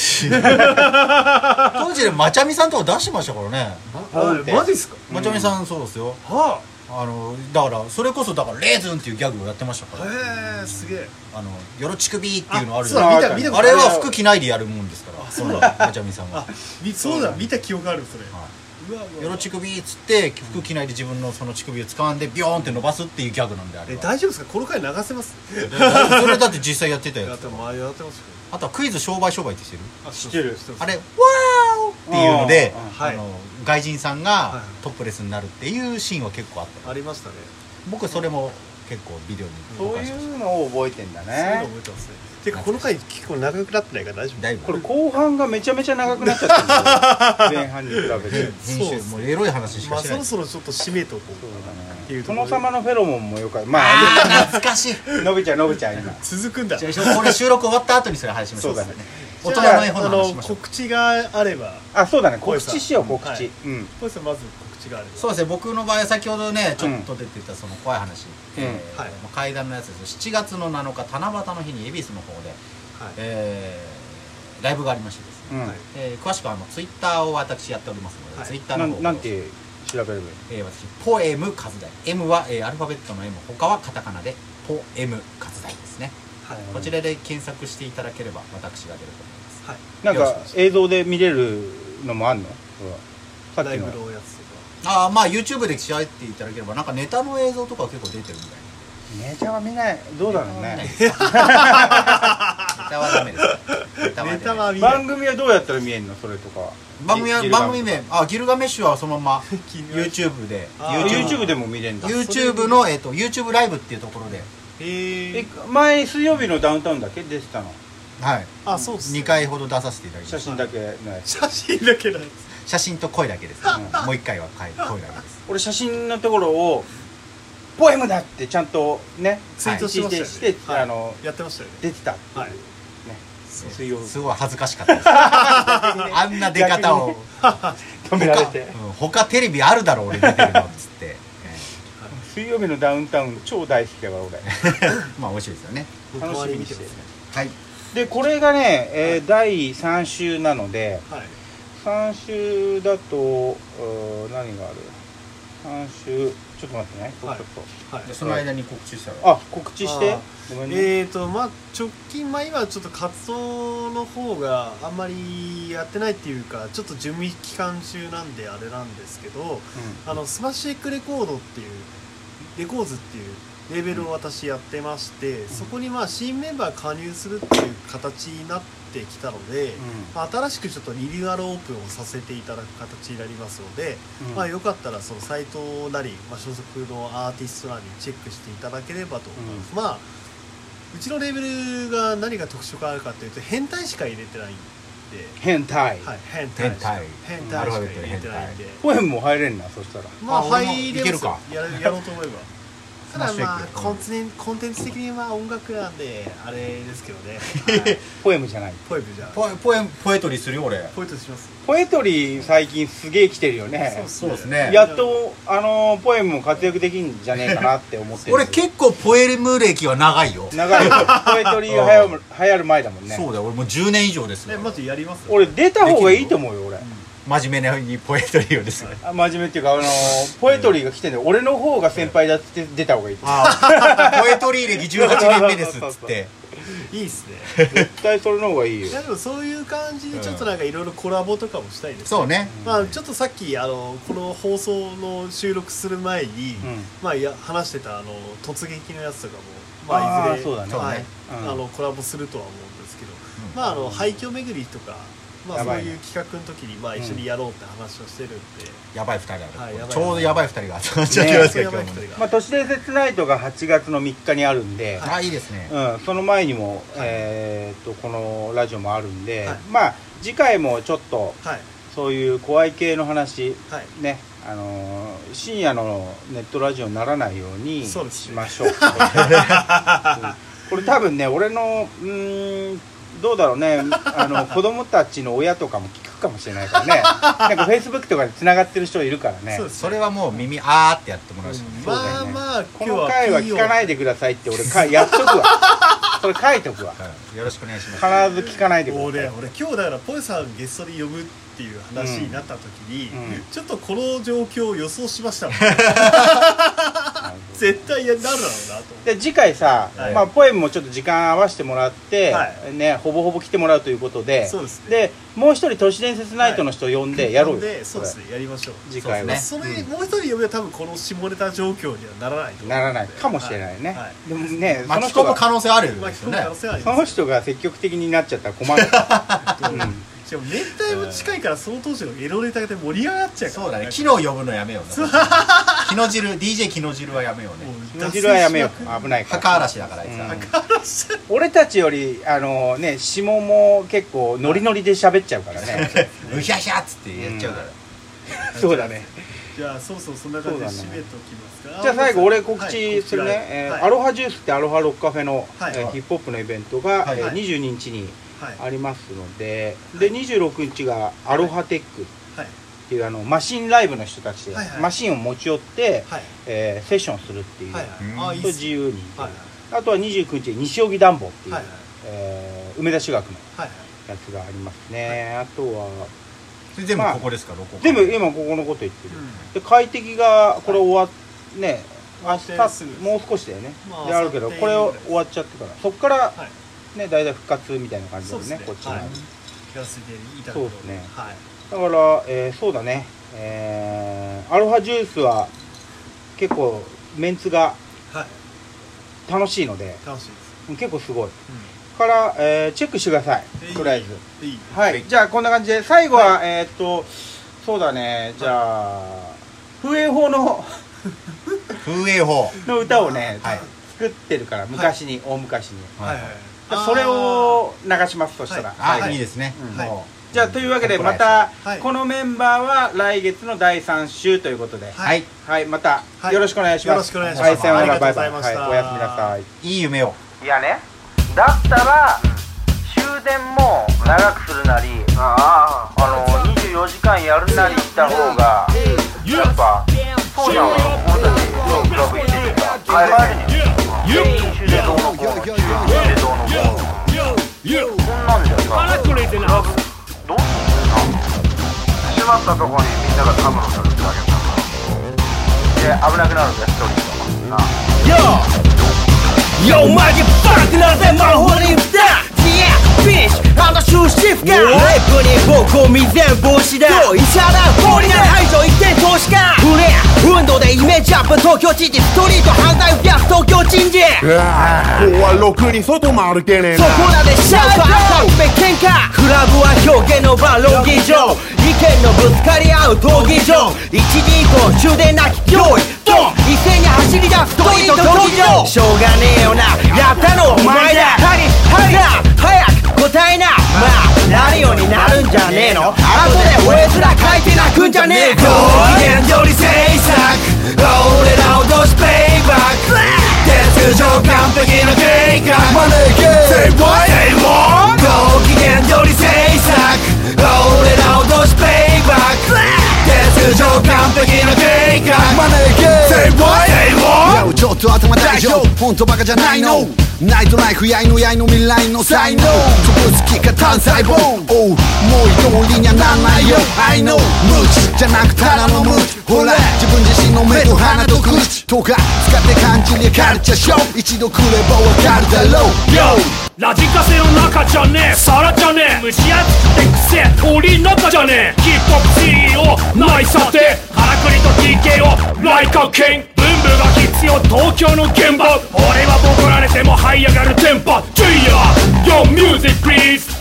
から当時でまちゃみさんとか出してましたからね。 マジですか？ まちゃみさんそうですよ。 はだからそれこそだからレーズンっていうギャグをやってましたから。 へえ、すげえ。 よろちくびっていうのあるじゃゃん。 ん。見たあれは服着ないでやるもんですから。そうだ、まちゃみさんは。 そうだ、見た記憶あるそれ。 よろ乳首っつって服着ないで自分のその乳首を掴んでビョーンって伸ばすっていうギャグなんであれは。 大丈夫ですか？この回流せます？ それだって実際やってたやつ。あとはクイズ商売って知ってる？ 知ってる。 あれワーオっていうので外人さんがトップレスになるっていうシーンは結構あった。 ありましたね。 僕それも結構ビデオにそういうのを覚えてんだね。 そういうの覚えてますね。てかこの回結構長くなってないから大丈夫？ これ後半がめちゃめちゃ長くなっちゃったんだよ前半に比べて。 編集もうエロい話しかしてない。 まあそろそろちょっと締めとこうっていうところ。 殿様のフェロモンもよかった。まあ懐かしい。 伸びちゃう今続くんだ。 これ収録終わった後にそれ配信しましょう。そうだね。大人の絵本の話しましょう。 告知があれば。 そうだね、告知しよう。告知。 ポイさんまず告知があれば。 そうですね、僕の場合は先ほどねちょっと出てたその怖い話、怪談のやつです。7月の7日七夕の日に恵比寿の方でライブがありましてですね、詳しくはツイッターを私やっておりますので、ツイッターの方なんて調べればいい？ 私ポエム活大、 M はアルファベットの M、 他はカタカナでポエム活大ですね。こちらで検索していただければ私が出ると思います。 なんか映像で見れるのもあんの？ ライブのやつとか。 まあ YouTube で調べていただければなんかネタの映像とか結構出てるみたいな。 ネタは見ない。どうだろうね。 ネタはダメです。ネタは番組はどうやったら見えるの？それとか番組名ギルガメッシュはそのまま YouTube で YouTube でも見れるんだ。 YouTube のYouTube ライブっていうところで。 前水曜日のダウンタウンだけ出てたの？ はい。 そうです。 2回ほど出させていただきました。 写真だけのやつ。 写真だけのやつ。 写真と声だけです。もう1回は声だけです。 俺写真のところをポエムだってちゃんとねツイートしてやってましたよね。 出てた。 すごい恥ずかしかったです。あんな出方を止められて、 他テレビあるだろ俺出てるのっつって。 水曜日のダウンタウン超大好きだから俺。 まあ美味しいですよね。 楽しみにしてる。 はい。 でこれがね第3週なので、3週だと何がある？3週ちょっと待ってね。 その間に告知したら。 告知して。 まあ直近今ちょっと活動の方があんまりやってないっていうかちょっと準備期間中なんであれなんですけど、スマッシュエックレコードっていうレコーズっていうレーベルを私やってまして、そこに新メンバー加入するっていう形になってきたので、新しくちょっとリニューアルオープンをさせていただく形になりますので、よかったらそのサイトなり、所属のアーティストなりチェックしていただければと思います。うちのレーベルが何が特徴があるかというと変態しか入れてないんで。 変態。 変態しか入れてないんで。 ポエムも入れんな。そしたら入れますよ。やろうと思えば。ただコンテンツ的に音楽なんであれですけどね。 ポエムじゃない。 ポエムじゃポエトリーするよ俺。 ポエトリーします。 ポエトリー最近すげえ来てるよね。 そうですね。 やっとポエムも活躍できんじゃねえかなって思ってる。 俺結構ポエム歴は長いよ。 長いよ。ポエトリーが流行る前だもんね。 そうだよ。俺もう10年以上ですよ。 まずやります。 俺出た方がいいと思うよ俺。 真面目にポエトリーをですね。 真面目っていうかポエトリーが来てんだよ。俺の方が先輩だって出た方がいい。 ポエトリー歴18年目ですっつって。 いいっすね。 絶対それの方がいいよ。 いやでもそういう感じでちょっといろいろコラボとかもしたいですね。 そうね。 ちょっとさっきこの放送の収録する前に話してた突撃のやつとかもいずれコラボするとは思うんですけど、廃墟巡りとかまあそういう企画の時にまあ一緒にやろうって話をしてるんで、 やばい2人ある、 はいやばいちょうどやばい2人が集まっちゃいますけど、今日もまあ、都市伝説ナイトが8月の3日にあるんで、 あいいですね、 その前にも、このラジオもあるんで、 はいまあ次回もちょっとはいそういう怖い系の話、 はいね、深夜のネットラジオにならないようにそうですねしましょう。これ多分ね、俺のどうだろうね、子供たちの親とかも聞くかもしれないからね。なんかフェイスブックとかでつながってる人いるからね。 そうですそれはもう耳あーってやってもらうしかない、 まあまあこの回は聞かないでくださいって俺やっとくわ。それ書いとくわ。 はいよろしくお願いします。 必ず聞かないでください。 俺今日だからポエさんゲストに呼ぶっていう話になった時に、 うんちょっとこの状況を予想しましたもん絶対なるだろうなと思ってで次回さ、 はいまあ、ポエムもちょっと時間合わせてもらって、 はいね、ほぼほぼ来てもらうということで、 そうですねでもう一人都市伝説ナイトの人を呼んでやろうよ、 でそうですねやりましょう次回は、 それもう一人呼べば多分この下ネタ状況にはならないと思うならないかもしれないね、 はいはいでもねその巻き込む人が可能性あるよ巻き込むね可能性はありそますの人が積極的になっちゃったら困る、 しかも年代も近いからその当時のエロネタで盛り上がっちゃうからそうだね、昨日呼ぶのやめようね木の汁 DJ 木の汁はやめようね、 気の汁はやめよう、危ないから墓嵐だからあいつは、 俺たちよりね下も結構ノリノリで喋っちゃうからねうひゃひゃっつってやっちゃうから、 そうだね。 じゃあそろそろそんな感じで締めておきますか。 じゃあ最後俺告知するね、 はいアロハジュースってアロハロックカフェの、 はいヒップホップのイベントが、 はい 22日にはいありますので、で26日がアロハテックっはいていうマシンライブの人たちで、 はいはいマシンを持ち寄って、 はいセッションするっていう、 はいうんあいいっすと自由に、 はいあとは29日西荻暖房っていう、 はい梅田私学のはいやつがありますね、あとはそれ全部ここですか、ロコ全部今ここのこと言ってる、 うんで快適がこれ終わっね明終わってすぐ日もう少しだよね、 まあであるけど明後日これを終わっちゃってからそっからはいね大体復活みたいな感じだよねそうこっちの、 ですねはい気がついていただくとそうですねはいだから、そうだね、アロハジュースは結構メンツがはい楽しいので楽しいです結構すごいから、チェックしてくださいとりあえずいいはいじゃあこんな感じで最後は、そうだねじゃあ風営法の風営法の歌をね、 はい作ってるから昔に、大昔に、 はいはいそれを流しますとしたら、 あ、 はいいいですね、 うんもじゃあというわけでコンプライまアンた、 はいこのメンバーは来月の第3週ということでスはい、 はいまたはいよろしくお願いします、 よろしくお願いしますはいさようならありがとうございましたバイバイはい、おやすみなさいいい夢をいやねだったら終電も長くするなり24時間やるなりした方がやっぱそうじゃん俺たちクラブ行っててさ帰れない全員終電どうのこうの終電どうのこうのこんなんじゃさクラブどうすんのよな閉まったとこにみんながたむろするってわけだで危なくなるんだよ一人がな Yo, motherfucker, now that my holy stop. Yeah, finish, 終止符かレイプに暴行未然防止だ医者だ法理な排除一点投資かフレア運動でイメージアップ東京知事ストリート犯罪増やす東京珍事うわろくに外回るてねえそなこらでシャウトアウトべ喧嘩クラブは表現の場論議場意見のぶつかり合う闘技場1時以降終電なき用意ドン一斉に走り出すストリート競技場しょうがねえよなやったのお前だハリハリ早く答えなまあなるようになるんじゃねえの後で俺すら書いて泣くんじゃねえご機嫌取り制作俺らをどしペイバック鉄上完璧な計画マネーゲー Say what? Say what? ご機嫌取り制作俺らをどしペイバック鉄上完璧な計画マネーゲー Say what? Say what? いやちょっと頭大丈夫ほんとバカじゃないのナイトライフやいの未来の才能つぶつきか単細胞おうもう通りにはなんないよ I know 無知じゃなくただの無知ほら自分自身の目と鼻と口とか使って感じりカルチャーショー一度来ればわかるだろう Yo ラジカセの中じゃねえ皿じゃねえ蒸し暑くてくせ鳥中じゃねえヒップホップ CEO ないさて腹くりと TKO ライカケン文武が必要東京の現場俺はボコられても這い上がるテンパ J-Yo Yo music please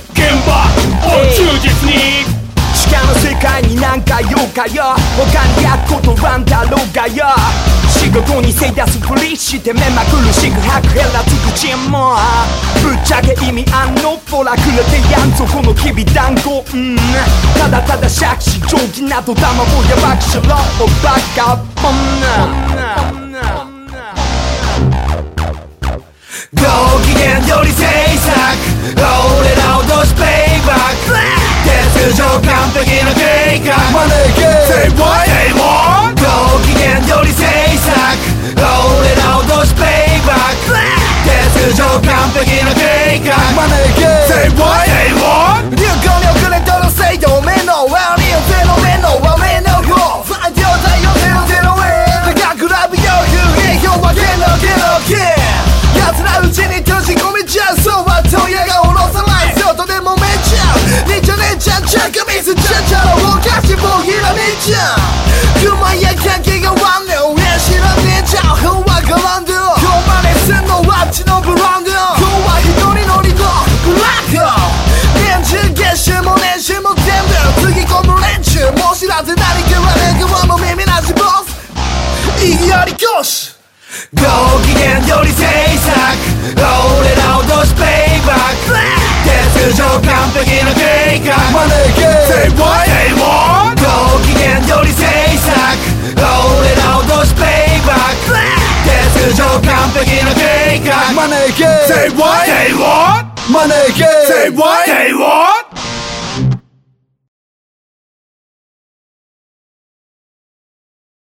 現場を忠実に地下の世界になんか用かよ他にやっことらんだろうがよ仕事にせい出すふりして目まぐるしく吐くヘラつくチンもぶっちゃけ意味あんのほらくれてやんぞこのきび団子ただただ杓子定規など玉をやばくしろバカボンご機嫌より制作俺らをどしペイバック手通常完璧な計画マネーゲー Say what? Say what? ご機嫌より制作俺らをどしペイバック手通常完璧な計画マネーゲー Say what? Say what? 流行に遅れとるせいでおめのワーリオゼロ目の俺の方ファイトだよゼロへ高くラブよ営業はゲロゲロゲ奴らうちに閉じ込めちゃうそうは問屋が下ろさない外でもめちゃうねちゃねちゃちゃかみすちゃちゃのお菓子もひらめちゃう熊や関係がワンネ俺知らねえちゃうほんわからんでよ今日まですんのはあっちのブランド今日は一人乗りのブラック年中月収も年収も全部つぎ込む連中もう知らず何か悪いかはもう耳なしボス意義あり講師ご機嫌より制作俺らをどしペイバック手通常完璧な計画マネーゲー Say what? Say what? ご機嫌より制作俺らをどしペイバック手通常完璧な計画マネーゲー Say what? Say what? マネーゲー Say what? Say what?